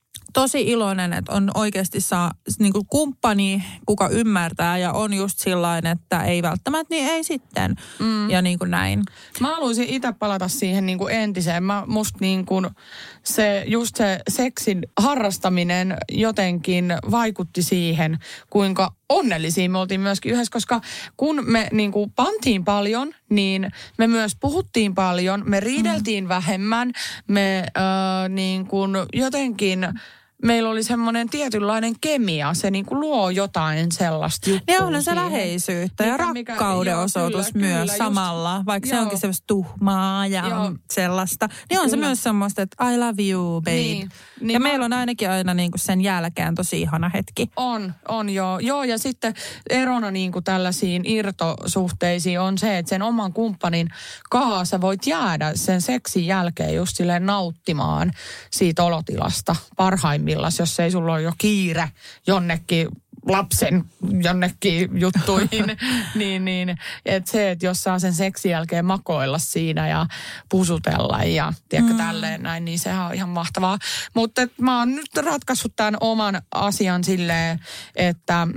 tosi iloinen, että on oikeasti saa niin kuin kumppani, kuka ymmärtää ja on just sillain, että ei välttämättä, niin ei sitten. Ja niin kuin näin. Mä haluaisin itse palata siihen niin kuin entiseen. Musta niin kuin se seksin harrastaminen jotenkin vaikutti siihen, kuinka onnellisia me oltiin myöskin yhdessä, koska kun me niin kuin pantiin paljon, niin me myös puhuttiin paljon, me riideltiin vähemmän, me niin kuin jotenkin meillä oli semmoinen tietynlainen kemia, se niin kuin luo jotain sellaista juttua. Ja on se läheisyyttä ja rakkauden osoitus myös samalla, vaikka se onkin semmoista tuhmaa ja sellaista. Niin on se myös semmoista, että I love you, babe. Niin, ja meillä on ainakin aina niin kuin sen jälkeen tosi ihana hetki. On joo. Joo, ja sitten erona niin kuin tällaisiin irtosuhteisiin on se, että sen oman kumppanin kanssa voit jäädä sen seksin jälkeen just silleen nauttimaan siitä olotilasta parhaimmillaan, jos ei sulla ole jo kiire jonnekin lapsen jonnekin juttuihin, niin että se, että jos saa sen seksin jälkeen makoilla siinä ja pusutella ja tiedätkö tälleen näin, niin sehän on ihan mahtavaa. Mutta mä oon nyt ratkaissut tämän oman asian silleen, että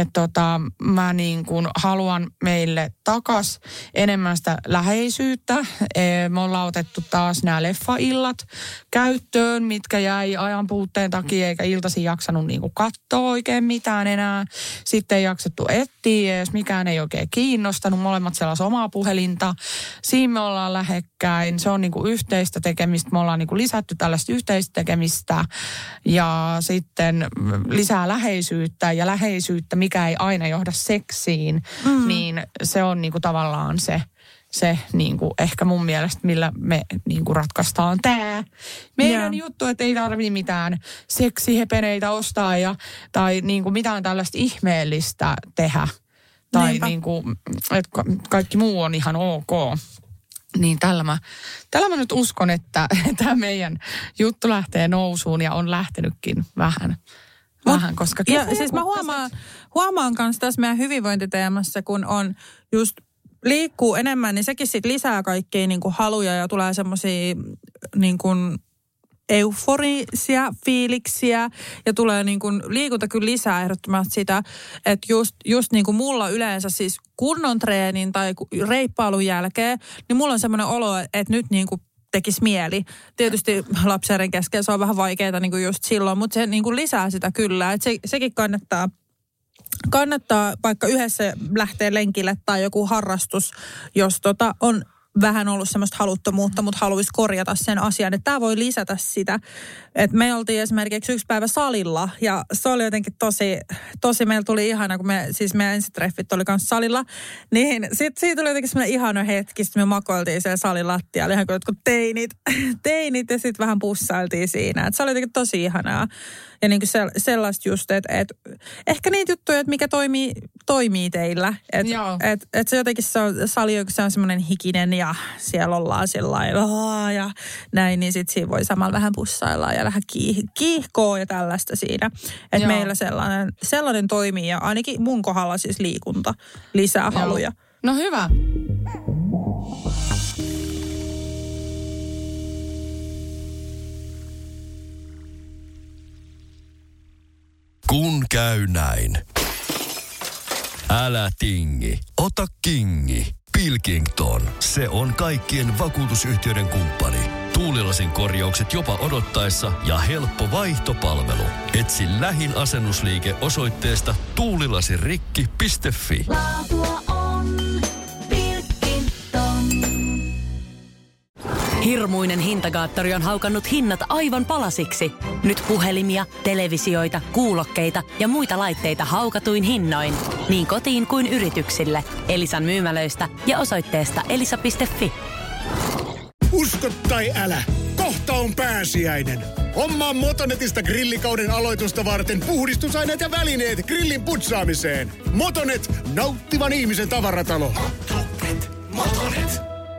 mä niin kuin haluan meille takas enemmän sitä läheisyyttä. Me ollaan otettu taas nämä leffaillat käyttöön, mitkä jäi ajan puutteen takia, eikä iltaisin jaksanut niin kuin katsoa oikein mitään enää. Sitten ei jaksettu etsiä edes, mikään ei oikein kiinnostanut. Molemmat sellaisia omaa puhelinta. Siinä me ollaan lähekkäin. Se on niinku yhteistä tekemistä. Me ollaan niinku lisätty tällaista yhteistä tekemistä. Ja sitten lisää läheisyyttä. Ja läheisyyttä, mikä ei aina johda seksiin, niin se on niinku tavallaan se niinku ehkä mun mielestä, millä me niinku ratkaistaan tämä meidän juttu, että ei tarvitse mitään seksihepeneitä ostaa tai niinku mitään tällaista ihmeellistä tehdä. Tai niinku, että kaikki muu on ihan ok. Niin tällä mä nyt uskon, että tämä meidän juttu lähtee nousuun ja on lähtenytkin vähän koska... Ja siis mä huomaan kanssa tässä meidän hyvinvointiteemassa, kun on just liikkuu enemmän, niin sekin sitten lisää kaikkia niin kuin haluja ja tulee semmoisia niin kuin euforisia fiiliksiä ja tulee niin kuin, liikunta kyllä lisää ehdottomasti sitä, että just niin kuin mulla yleensä siis kunnon treenin tai reippailun jälkeen, niin mulla on semmoinen olo, että nyt niin kuin tekisi mieli. Tietysti lapsen kesken se on vähän vaikeaa niin kuin just silloin, mutta se niin kuin lisää sitä kyllä, että sekin kannattaa vaikka yhdessä lähteä lenkille tai joku harrastus, jos on vähän ollut semmoista haluttomuutta, mutta haluaisi korjata sen asian. Että tämä voi lisätä sitä. Että me oltiin esimerkiksi yksi päivä salilla ja se oli jotenkin tosi meillä tuli ihana, kun meidän ensitreffit oli kanssa salilla. Niin sitten siitä tuli jotenkin semmoinen ihana hetki, sitten me makoiltiin siellä salin lattialla ihan kuin jotkut teinit ja sitten vähän pussailtiin siinä. Että se oli jotenkin tosi ihanaa. Ja niin kuin sellaista just, että ehkä niitä juttuja, että mikä toimii teillä. Että se jotenkin se on sali, se on semmoinen hikinen ja siellä ollaan sellainen ja näin, niin sitten siinä voi samalla vähän pussailla ja vähän kiihkoa ja tällaista siinä. Että meillä sellainen toimii ja ainakin mun kohdalla siis liikunta lisää haluja. No hyvä. Kun käy näin. Älä tingi, ota kingi. Pilkington, se on kaikkien vakuutusyhtiöiden kumppani. Tuulilasin korjaukset jopa odottaessa ja helppo vaihtopalvelu. Etsi lähin asennusliike osoitteesta tuulilasirikki.fi. Laatua on Pilkington. Hirmuinen hintakaattori on haukannut hinnat aivan palasiksi. Nyt puhelimia, televisioita, kuulokkeita ja muita laitteita haukatuin hinnoin. Niin kotiin kuin yrityksille. Elisan myymälöistä ja osoitteesta elisa.fi. Usko tai älä, kohta on pääsiäinen. Hommaa Motonetista grillikauden aloitusta varten puhdistusaineet ja välineet grillin putsaamiseen. Motonet, nauttivan ihmisen tavaratalo. Motonet.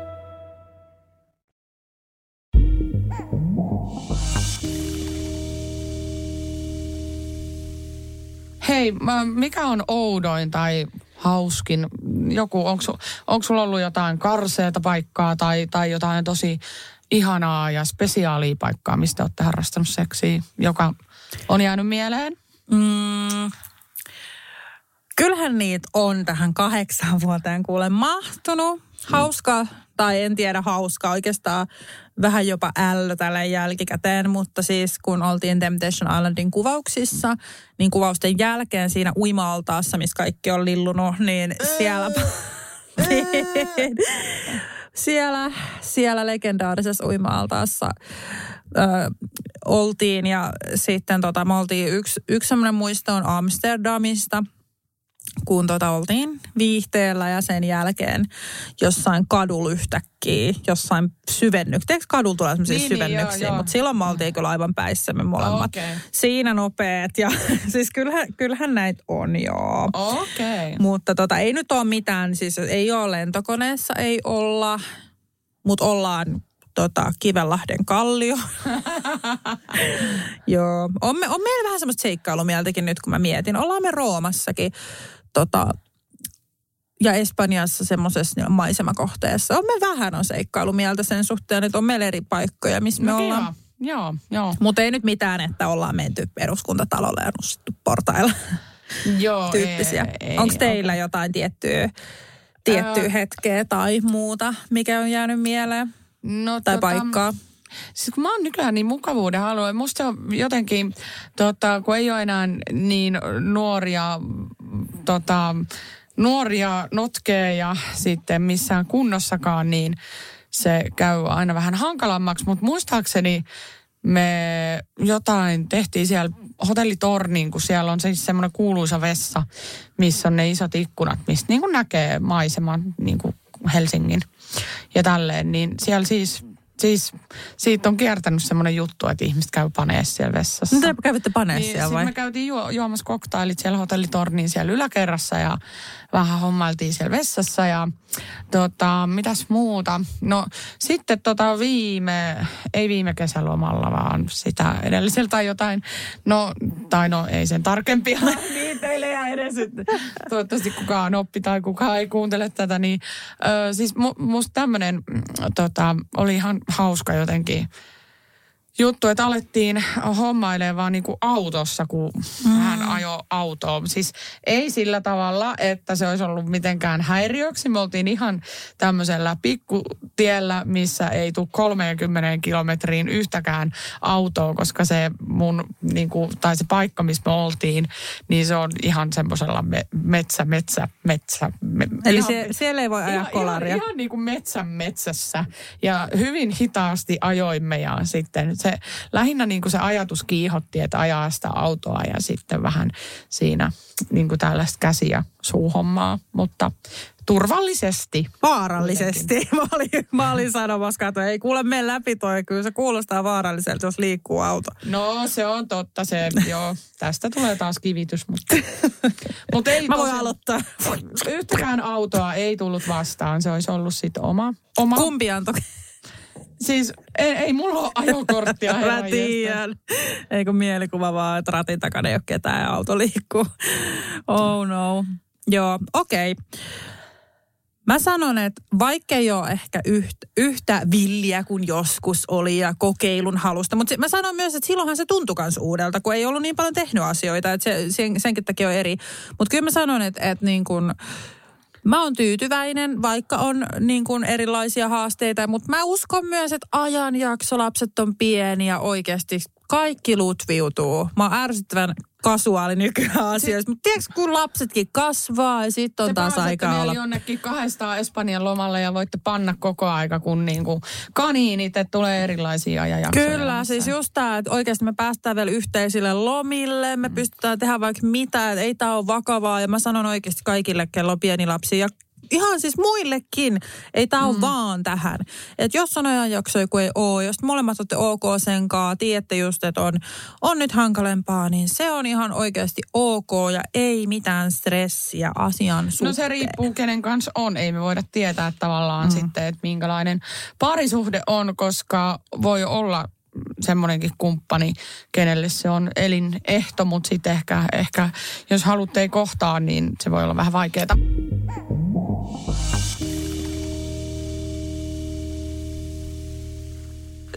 Hei, mikä on oudoin tai hauskin? Onko sulla ollut jotain karseata paikkaa tai jotain tosi ihanaa ja spesiaalia paikkaa, mistä olette harrastanut seksiä, joka on jäänyt mieleen? Kyllähän niitä on tähän 8 vuoteen kuule mahtunut. Hauska, tai en tiedä hauska, oikeastaan vähän jopa tälle jälkikäteen, mutta siis kun oltiin Temptation Islandin kuvauksissa, niin kuvausten jälkeen siinä uima-altaassa, missä kaikki on lillunut, niin siellä legendaarisessa uima-altaassa oltiin ja sitten me oltiin yksi semmoinen muisto on Amsterdamista, kun oltiin viihteellä ja sen jälkeen jossain kadulla yhtäkkiä, jossain syvennyksiä. Eikö kadulla tulee sellaisia syvennyksiä? Mutta silloin me oltiin kyllä aivan päissämme molemmat. Okay. Siinä nopeat ja siis kyllähän näitä on, joo. Okay. Mutta ei nyt ole mitään, siis ei ole lentokoneessa, ei olla, mutta ollaan Kivenlahden kallio. Joo. On meillä vähän semmoista seikkailumieltäkin nyt, kun mä mietin. Ollaan me Roomassakin ja Espanjassa semmoisessa maisemakohteessa. On seikkailumieltä sen suhteen, että on meillä eri paikkoja, missä me ollaan. Joo. Mutta ei nyt mitään, että ollaan menty eduskuntatalolle ja nussittu portailla. Joo. Tyyppisiä. Onko teillä jotain tiettyä hetkeä tai muuta, mikä on jäänyt mieleen? No, tai paikkaa? Siis kun mä oon nykyään niin mukavuuden halua, musta se on jotenkin, kun ei ole enää niin nuoria notkeja ja sitten missään kunnossakaan, niin se käy aina vähän hankalammaksi. Mutta muistaakseni me jotain tehtiin siellä hotellitorniin, kun siellä on siis semmoinen kuuluisa vessa, missä on ne isot ikkunat, mistä niin kuin näkee maiseman niin kuin Helsingin ja tälleen, niin siellä siis siitä on kiertänyt semmoinen juttu, että ihmiset käy paneessa siellä vessassa. Mitä kävitte paneessa siellä vai? Me käytiin juomassa koktailit siellä hotellitorniin siellä yläkerrassa ja vähän hommailtiin siellä vessassa ja mitäs muuta. No sitten ei viime kesälomalla, vaan sitä edellisellä tai jotain. No ei sen tarkempia viiteilejä edes. Toivottavasti kukaan oppi tai kukaan ei kuuntele tätä. Niin, siis musta tämmöinen oli ihan hauska jotenkin juttu, että alettiin hommailemaan vaan niinku autossa, kun hän ajoi autoa. Siis ei sillä tavalla, että se olisi ollut mitenkään häiriöksi. Me oltiin ihan tämmöisellä pikkutiellä, missä ei tule 30 kilometriin yhtäkään autoa, koska se tai se paikka, missä me oltiin, niin se on ihan semmoisella metsä. Eli siellä ei voi ajaa kolaria. Ihan niin kuin metsässä. Ja hyvin hitaasti ajoimme ja sitten se lähinnä niin kuin se ajatus kiihotti, että ajaa sitä autoa ja sitten vähän siinä niin kuin tällaista käsi- ja suuhommaa, mutta turvallisesti. Vaarallisesti. Mä olin sanomassa, että ei kuule mene läpi toi, kyllä se kuulostaa vaaralliselta, jos liikkuu auto. No se on totta, tästä tulee taas kivitys, mutta ei mä voin aloittaa. Yhtäkään autoa ei tullut vastaan, se olisi ollut sitten oma. Kumpi antoi? Siis ei mulla ole ajokorttia. Mä tiedän. Eikö mielikuva vaan, että ratin takana ei ole ketään ja auto liikkuu. Oh no. Joo, okei. Mä sanon, että vaikka ei ole ehkä yhtä villiä kuin joskus oli ja kokeilun halusta, mutta mä sanon myös, että silloinhan se tuntui kans uudelta, kun ei ollut niin paljon tehnyt asioita, että senkin takia on eri. Mutta kyllä mä sanon, että niin kuin mä oon tyytyväinen, vaikka on niin kuin erilaisia haasteita, mutta mä uskon myös, että ajanjakso, lapset on pieniä, oikeasti kaikki lutviutuu. Mä oon ärsyttävän kasuaali nykyään asioissa, mutta tiedätkö, kun lapsetkin kasvaa ja sitten on taas aikaa olla. Jonnekin 200 Espanjan lomalle ja voitte panna koko aika, kun niinku kaniinit, että tulee erilaisia ajanjaksoja. Kyllä, siis just tämä, että oikeasti me päästään vielä yhteisille lomille, me pystytään tehdä vaikka mitä, että ei tämä ole vakavaa ja mä sanon oikeasti kaikille, kello on pieni lapsi ja ihan siis muillekin. Ei tämä ole vaan tähän. Että jos on ajanjaksoja, kun ei ole, jos molemmat olette ok senkaan, tiedätte just, että on nyt hankalempaa, niin se on ihan oikeasti ok ja ei mitään stressiä asian suhteen. No se riippuu, kenen kanssa on. Ei me voida tietää tavallaan sitten, että minkälainen parisuhde on, koska voi olla semmoinenkin kumppani, kenelle se on elinehto, mutta sitten ehkä jos halutte kohtaa, niin se voi olla vähän vaikeaa.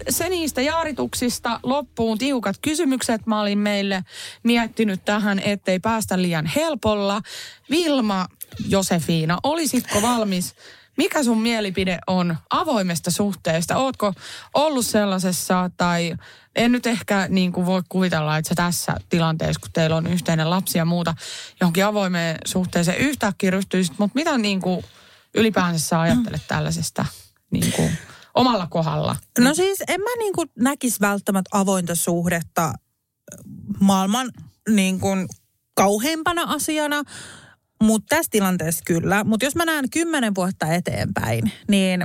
se niistä jaarituksista. Loppuun tiukat kysymykset. Mä olin meille miettinyt tähän, ettei päästä liian helpolla. Vilma Josefina, olisitko valmis? Mikä sun mielipide on avoimesta suhteesta? Ootko ollut sellaisessa, tai en nyt ehkä niin kuin voi kuvitella, että sä tässä tilanteessa, kun teillä on yhteinen lapsi ja muuta, johonkin avoimeen suhteeseen yhtäkkiä ryhtyisit, mutta mitä niin kuin ylipäänsä sä ajattelet tällaisesta niin kuin omalla kohdalla? No siis en mä niin kuin näkisi välttämättä avointa suhdetta maailman niin kuin kauheimpana asiana. Mutta tässä tilanteessa kyllä. Mutta jos mä näen 10 vuotta eteenpäin, niin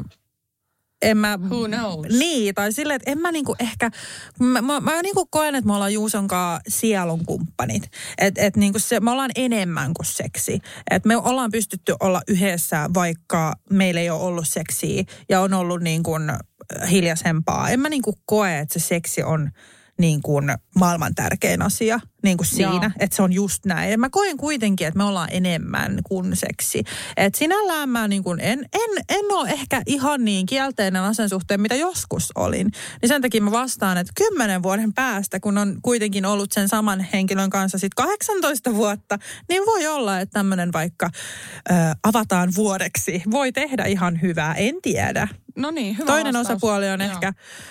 en mä... Who knows? Niin, tai silleen, että en mä niinku ehkä... Mä niinku koen, että me ollaan Juusonkaan sielun kumppanit. Että niinku me ollaan enemmän kuin seksi. Että me ollaan pystytty olla yhdessä, vaikka meillä ei ole ollut seksiä ja on ollut niinku hiljaisempaa. En mä niinku koe, että se seksi on niin kuin maailman tärkein asia niin kuin siinä, että se on just näin. Ja mä koen kuitenkin, että me ollaan enemmän kuin seksi. Että sinällään mä niin kuin en ole ehkä ihan niin kielteinen asian suhteen, mitä joskus olin. Niin sen takia mä vastaan, että 10 vuoden päästä, kun on kuitenkin ollut sen saman henkilön kanssa sit 18 vuotta, niin voi olla, että tämmöinen vaikka avataan vuodeksi. Voi tehdä ihan hyvää, en tiedä. No niin, hyvä Toinen vastaus. osapuoli on ehkä,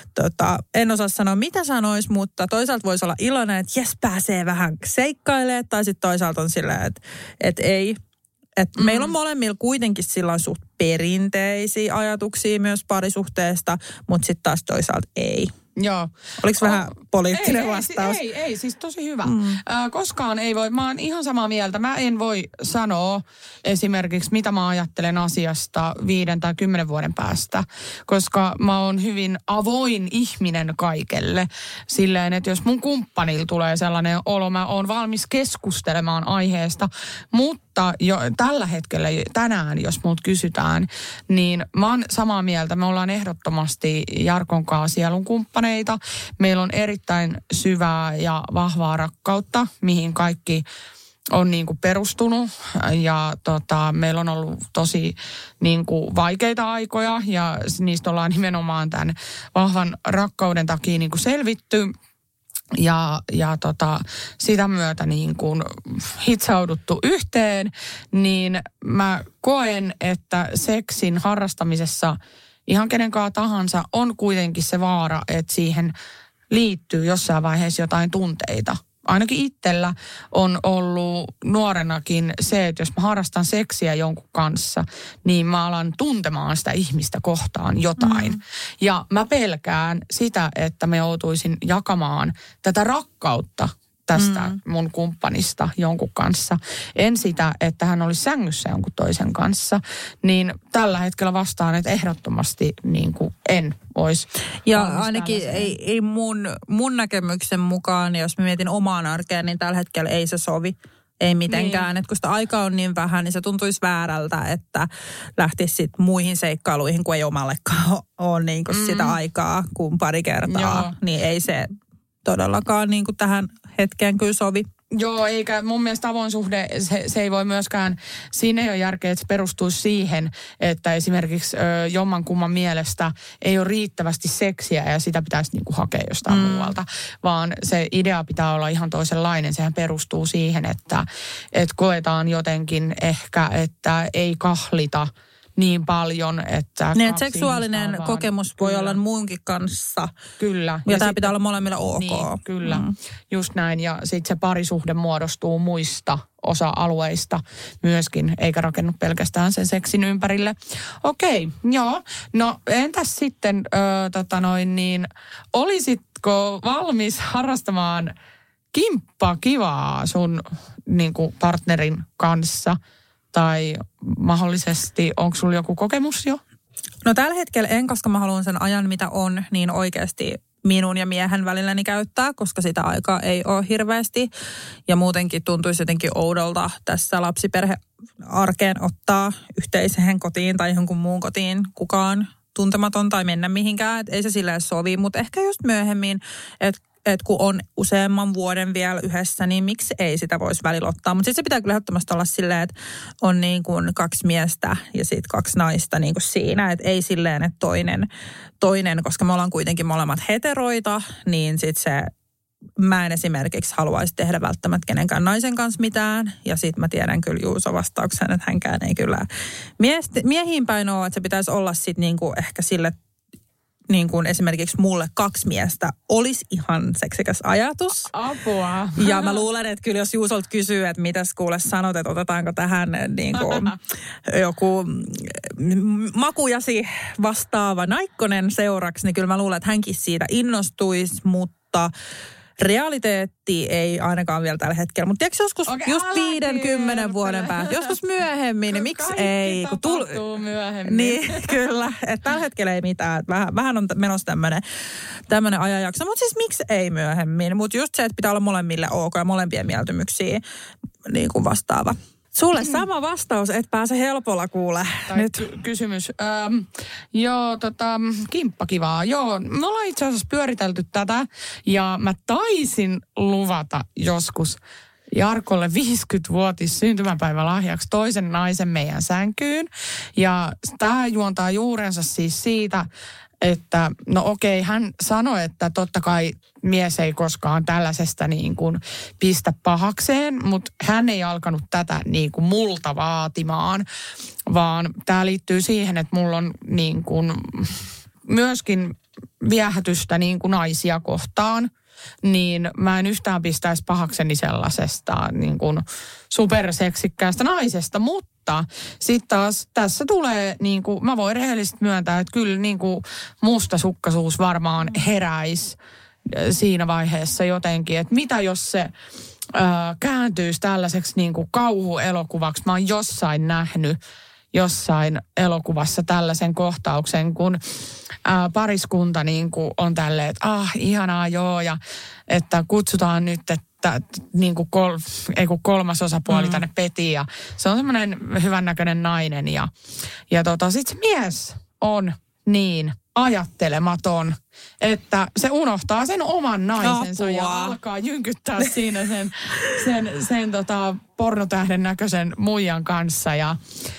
en osaa sanoa mitä sanoisi, mutta toisaalta voisi olla iloinen, että jes, pääsee vähän seikkailemaan, tai sitten toisaalta on silleen, että ei. Että meillä on molemmilla kuitenkin silloin suht perinteisiä ajatuksia myös parisuhteesta, mutta sitten taas toisaalta ei. Joo. Oliko vähän poliittinen vastaus? Ei, siis tosi hyvä. Koskaan ei voi, mä oon ihan samaa mieltä. Mä en voi sanoa esimerkiksi, mitä mä ajattelen asiasta 5 tai 10 vuoden päästä, koska mä oon hyvin avoin ihminen kaikelle. Silleen, että jos mun kumppanilla tulee sellainen olo, mä oon valmis keskustelemaan aiheesta, mutta jo tällä hetkellä, tänään, jos multa kysytään, niin mä oon samaa mieltä. Me ollaan ehdottomasti Jarkon kanssa sielun kumppaneita. Meillä on erittäin syvää ja vahvaa rakkautta, mihin kaikki on niin kuin perustunut. Ja meillä on ollut tosi niin kuin vaikeita aikoja ja niistä ollaan nimenomaan tämän vahvan rakkauden takia niin kuin selvitty. Ja sitä myötä niin kuin hitsauduttu yhteen, niin mä koen, että seksin harrastamisessa ihan kenenkaan tahansa on kuitenkin se vaara, että siihen liittyy jossain vaiheessa jotain tunteita. Ainakin itsellä on ollut nuorenakin se, että jos mä harrastan seksiä jonkun kanssa, niin mä alan tuntemaan sitä ihmistä kohtaan jotain. Ja mä pelkään sitä, että mä joutuisin jakamaan tätä rakkautta tästä mun kumppanista jonkun kanssa. En sitä, että hän olisi sängyssä jonkun toisen kanssa. Niin tällä hetkellä vastaan, että ehdottomasti niin kuin en olisi. Ja ainakin ei mun näkemyksen mukaan, jos mä mietin omaan arkeen, niin tällä hetkellä ei se sovi. Ei mitenkään. Että kun sitä aikaa on niin vähän, niin se tuntuisi väärältä, että lähtisi sitten muihin seikkailuihin, kun ei omallekaan ole niin kuin sitä aikaa kuin pari kertaa. Joo. Niin ei se todellakaan niin kuin tähän hetkeen kyllä sovi. Joo, eikä mun mielestä avoin suhde, se ei voi myöskään, siinä ei ole järkeä, että se perustuisi siihen, että esimerkiksi jommankumman mielestä ei ole riittävästi seksiä ja sitä pitäisi niinku hakea jostain muualta, vaan se idea pitää olla ihan toisenlainen. Sehän perustuu siihen, että koetaan jotenkin ehkä, että ei kahlita niin paljon, että... Niin, että seksuaalinen kokemus voi olla muunkin kanssa. Kyllä. Ja tämä pitää olla molemmilla ok. Niin, kyllä. Just näin. Ja sitten se parisuhde muodostuu muista osa-alueista myöskin, eikä rakennu pelkästään sen seksin ympärille. Okei, joo. No entäs sitten, olisitko valmis harrastamaan kimppakivaa sun niin kuin partnerin kanssa? Tai mahdollisesti, onko sulla joku kokemus jo? No tällä hetkellä en, koska mä haluan sen ajan, mitä on, niin oikeasti minun ja miehen välilläni käyttää, koska sitä aikaa ei ole hirveästi. Ja muutenkin tuntuisi jotenkin oudolta tässä lapsiperhearkeen ottaa yhteiseen kotiin tai jonkun muun kotiin kukaan tuntematon tai mennä mihinkään. Et ei se silleen sovi, mutta ehkä just myöhemmin, että että kun on useamman vuoden vielä yhdessä, niin miksi ei sitä voisi välillä ottaa. Mutta sitten se pitää kyllä ehdottomasti olla silleen, että on niin kuin 2 miestä ja sitten 2 naista niin kuin siinä. Että ei silleen, että toinen, koska me ollaan kuitenkin molemmat heteroita, niin sitten se, mä en esimerkiksi haluaisi tehdä välttämättä kenenkään naisen kanssa mitään. Ja sitten mä tiedän kyllä Juuso vastauksen, että hänkään ei kyllä miehiin päin ole, että se pitäisi olla sitten niin kuin ehkä sille, niin kuin esimerkiksi mulle 2 miestä olisi ihan seksikäs ajatus. Apua. Ja mä luulen, että kyllä jos Juusolta kysyy, että mitäs kuule sanot, että otetaanko tähän niin kuin joku makujasi vastaava naikkonen seuraksi, niin kyllä mä luulen, että hänkin siitä innostuisi, mutta realiteetti ei ainakaan vielä tällä hetkellä. Mutta tiedätkö joskus just 5-10 vuoden päästä, joskus myöhemmin, niin miksi ei? Kun tapahtuu myöhemmin. Niin, kyllä. Että tällä hetkellä ei mitään. Vähän on menossa tämmöinen ajanjakso. Mutta siis miksi ei myöhemmin? Mutta just se, että pitää olla molemmille ok ja molempien mieltymyksiä niin kuin vastaava. Sulle sama vastaus, et pääse helpolla kuule. Tai nyt kysymys. Kimppakivaa. Joo, me ollaan itse asiassa pyöritelty tätä ja mä taisin luvata joskus Jarkolle 50-vuotis syntymäpäivälahjaksi toisen naisen meidän sänkyyn. Ja tämä juontaa juurensa siis siitä, että no okei, hän sanoi, että totta kai mies ei koskaan tällaisesta niin kuin pistä pahakseen, mutta hän ei alkanut tätä niin kuin multa vaatimaan, vaan tämä liittyy siihen, että mulla on niin kuin myöskin viehätystä niin kuin naisia kohtaan, niin mä en yhtään pistäisi pahakseni sellaisesta niin kuin superseksikkäästä naisesta, mutta sitten taas tässä tulee, niin kuin, mä voin rehellisesti myöntää, että kyllä niin kuin mustasukkaisuus varmaan heräisi siinä vaiheessa jotenkin, että mitä jos se kääntyisi tällaiseksi niin kuin kauhuelokuvaksi. Mä oon jossain nähnyt jossain elokuvassa tällaisen kohtauksen, kun pariskunta niin kuin on tälleen, että ihanaa joo, ja että kutsutaan nyt, että niin kuin kolmas osapuoli tänne petiin, ja se on semmoinen hyvännäköinen nainen, ja sitten se mies on niin ajattelematon, että se unohtaa sen oman naisensa ja alkaa jynkyttää siinä sen pornotähden näköisen muijan kanssa, ja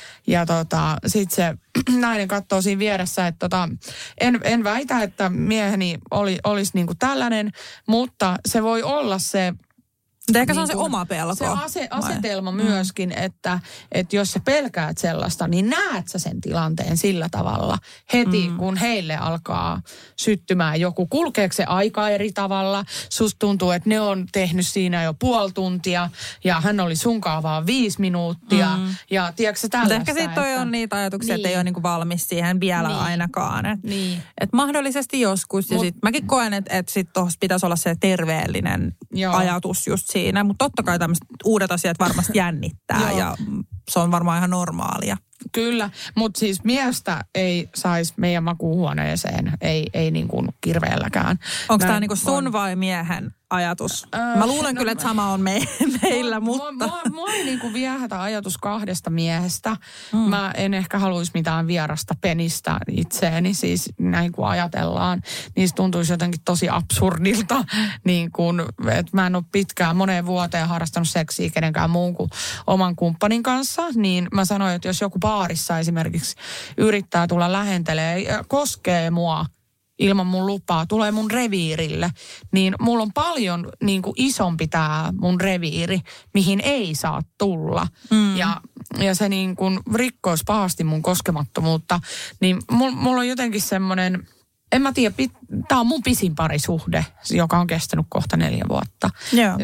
sitten se nainen katsoo siinä vieressä, että en väitä, että mieheni olisi niinku tällainen, mutta se voi olla se... Mutta ehkä se on se oma pelko. Se asetelma myöskin, että jos sä pelkäät sellaista, niin näet sä sen tilanteen sillä tavalla heti, kun heille alkaa syttymään joku. Kulkeeko se aika eri tavalla? Susta tuntuu, että ne on tehnyt siinä jo 0,5 tuntia ja hän oli sunkaan vaan 5 minuuttia. Ja tiedätkö sä tällaista? Mutta ehkä sitten toi on niitä ajatuksia, että ei ole niinku valmis siihen vielä ainakaan. Et mahdollisesti joskus. Ja sitten mäkin koen, että sitten tuossa pitäisi olla se terveellinen ajatus just siinä, mutta totta kai tämmöiset uudet asiat varmasti jännittää ja se on varmaan ihan normaalia. Kyllä, mutta siis miestä ei saisi meidän makuuhuoneeseen, ei niin kuin kirveelläkään. Onko tämä niinku sun vai miehen ajatus? Mä luulen kyllä, että sama on meillä, mutta... Mua ei niinku viehätä ajatus 2 miehestä. Mä en ehkä haluaisi mitään vierasta penistä itseeni, siis näin kun ajatellaan. Niistä tuntuisi jotenkin tosi absurdilta, niin kuin, että mä en ole pitkään moneen vuoteen harrastanut seksiä kenenkään muun kuin oman kumppanin kanssa, niin mä sanoin, että jos joku baarissa esimerkiksi yrittää tulla lähentelee ja koskee mua ilman mun lupaa, tulee mun reviirille, niin mulla on paljon niin kuin isompi tää mun reviiri, mihin ei saa tulla. Ja se niin kuin rikkoisi pahasti mun koskemattomuutta. Niin mulla on jotenkin semmoinen, en mä tiedä, tää on mun pisin parisuhde, joka on kestänyt kohta 4 vuotta. Joo.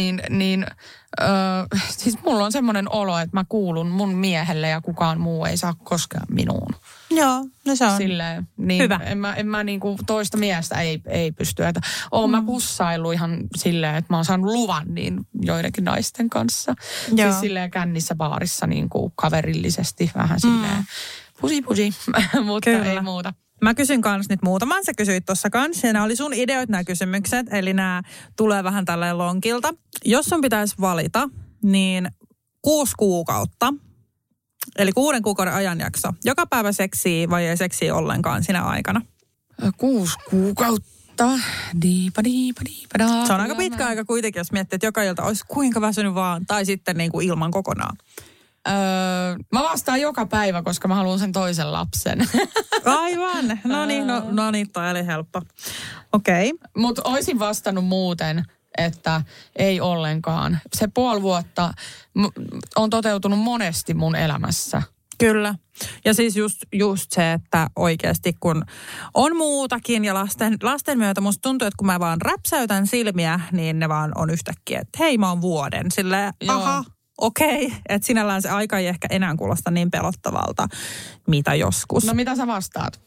Siis mulla on semmoinen olo, että mä kuulun mun miehelle ja kukaan muu ei saa koskea minuun. Joo, no se on silleen, niin hyvä. En mä niinku toista miestä ei pysty. Oon mä pussaillut ihan silleen, että mä oon saanut luvan niin joidenkin naisten kanssa. Joo. Siis silleen kännissä baarissa niinku kaverillisesti vähän silleen pusi, mutta kyllä. Ei muuta. Mä kysyn kans nyt muutaman, sä kysyit tuossa kanssa, ja nämä oli sun ideoit nämä kysymykset, eli nämä tulee vähän tälleen lonkilta. Jos sun pitäisi valita, niin 6 kuukautta, eli 6 kuukauden ajanjakso, joka päivä seksiä vai ei seksiä ollenkaan sinä aikana? 6 kuukautta. Mahtava. Diipa. Se on aika pitkä aika kuitenkin, jos miettii, että joka ilta olisi kuinka väsynyt vaan, tai sitten niin kuin ilman kokonaan. Mä vastaan joka päivä, koska mä haluan sen toisen lapsen. Aivan. No niin, toi oli helppo. Okei. Mutta oisin vastannut muuten, että ei ollenkaan. Se puoli vuotta on toteutunut monesti mun elämässä. Kyllä. Ja siis just se, että oikeasti kun on muutakin ja lasten myötä musta tuntuu, että kun mä vaan räpsäytän silmiä, niin ne vaan on yhtäkkiä, että hei mä oon vuoden. Silleen, aha, okei. Että sinällään se aika ei ehkä enää kuulosta niin pelottavalta, mitä joskus. No mitä sä vastaat?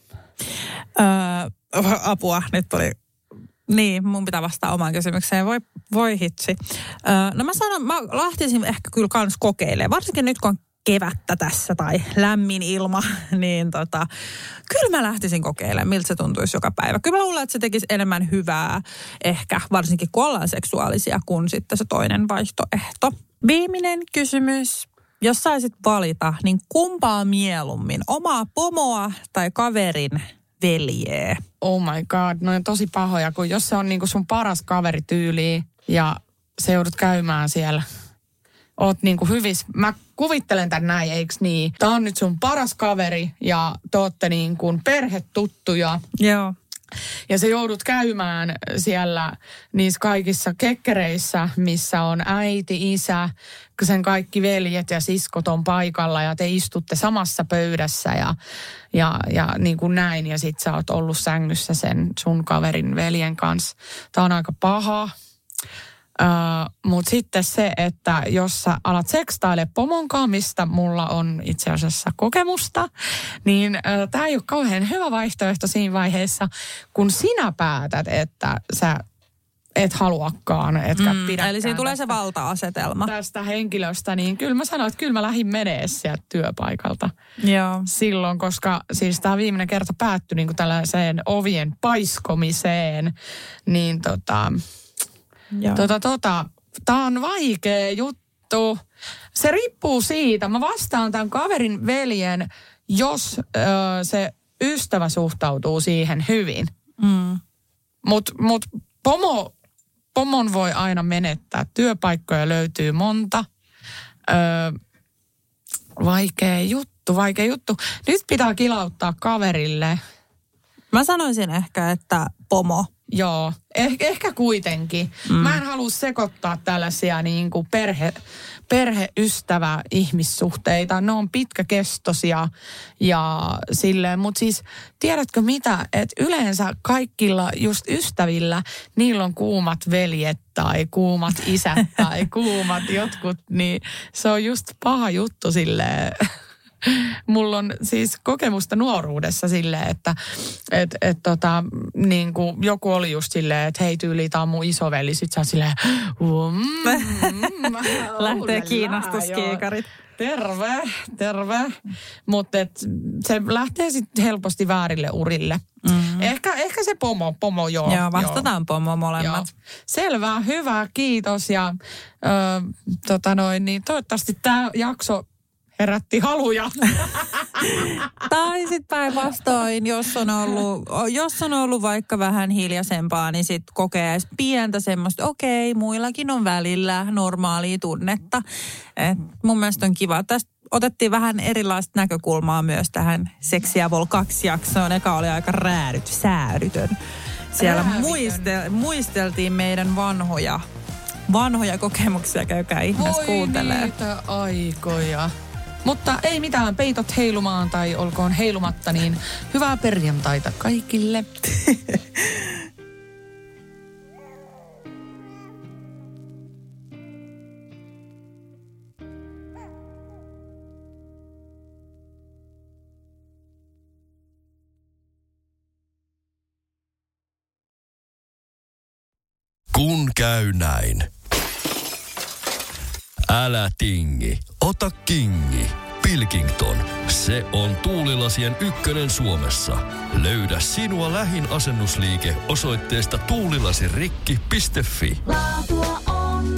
Apua, nyt tuli. Niin, mun pitää vastaa omaan kysymykseen. Voi hitsi. No mä lähtisin ehkä kyllä kans kokeilemaan, varsinkin nyt kun on kevättä tässä tai lämmin ilma, niin kyllä mä lähtisin kokeilemaan, miltä se tuntuisi joka päivä. Kyllä mä luulen, että se tekisi enemmän hyvää ehkä, varsinkin kun ollaan seksuaalisia, kuin sitten se toinen vaihtoehto. Viimeinen kysymys. Jos saisit valita, niin kumpaa mieluummin? Omaa pomoa tai kaverin veljeä? Oh my god, no on tosi pahoja, kun jos se on niinku sun paras kaveri tyyliin ja se joudut käymään siellä. Oot niinku mä kuvittelen tän näin, eiks niin? Tää on nyt sun paras kaveri ja te ootte niinku perhetuttuja. Joo. Ja sä joudut käymään siellä niissä kaikissa kekkereissä, missä on äiti, isä, sen kaikki veljet ja siskot on paikalla ja te istutte samassa pöydässä ja niin kuin näin. Ja sit sä oot ollut sängyssä sen sun kaverin veljen kanssa. Tää on aika paha. Mutta sitten se, että jos sä alat sekstaile pomonkaan, mistä mulla on itse asiassa kokemusta, niin tämä ei ole kauhean hyvä vaihtoehto siinä vaiheessa, kun sinä päätät, että sä et haluakaan, etkä pidäkään. Eli siinä tulee se valta-asetelma. Tästä henkilöstä, niin kyllä mä sanoin, että kyllä mä lähdin menee sieltä työpaikalta. Joo. Silloin, koska siis tämä viimeinen kerta päättyi niin kuin tällaiseen ovien paiskomiseen, niin Tämä on vaikea juttu. Se riippuu siitä. Mä vastaan tämän kaverin veljen, jos se ystävä suhtautuu siihen hyvin. Mut pomon voi aina menettää. Työpaikkoja löytyy monta. Vaikea juttu. Nyt pitää kilauttaa kaverille. Mä sanoisin ehkä, että pomo. Joo, ehkä kuitenkin. Mä en halua sekoittaa tällaisia niin kuin perheystävä-ihmissuhteita. Ne on pitkäkestoisia ja silleen. Mutta siis tiedätkö mitä, että yleensä kaikilla just ystävillä, niillä on kuumat veljet tai kuumat isät tai kuumat jotkut, niin se on just paha juttu silleen. Mulla on siis kokemusta nuoruudessa silleen, että niin kuin joku oli just silleen, että hei tyyli, tää on mun isoveli. Sitten sä oot silleen, lähtee kiinnostuskiikarit. Terve. Mutta se lähtee sitten helposti väärille urille. Ehkä se pomo, joo. Joo, vastataan pomo molemmat. Joo. Selvä, hyvä, kiitos. Ja niin toivottavasti tämä jakso herätti haluja. Tai sitten päinvastoin, jos on ollut vaikka vähän hiljaisempaa, niin sitten kokee pientä semmoista, okei, muillakin on välillä normaalia tunnetta. Mun mielestä on kiva. Tästä otettiin vähän erilaista näkökulmaa myös tähän Seksiä Vol 2 -jaksoon. Eka oli aika säädytön. Siellä muisteltiin meidän vanhoja kokemuksia, käykää ihmeessä kuuntelee. Voi niitä aikoja. Mutta ei mitään, peitot heilumaan tai olkoon heilumatta, niin hyvää perjantaita kaikille. Kun käy näin. Älä tingi, ota kingi. Pilkington, se on tuulilasien ykkönen Suomessa. Löydä sinua lähin asennusliike osoitteesta tuulilasirikki.fi. Laatua on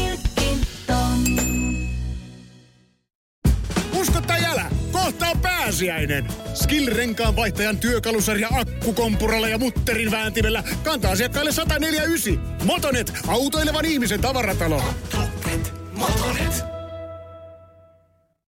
Pilkington. Usko tai älä, kohta on pääsiäinen. pääsiäinen. Skill-renkaan vaihtajan työkalusarja akkukompuralla ja mutterin vääntimellä kanta-asiakkaille 149. Motonet, autoilevan ihmisen tavaratalo. Motonet.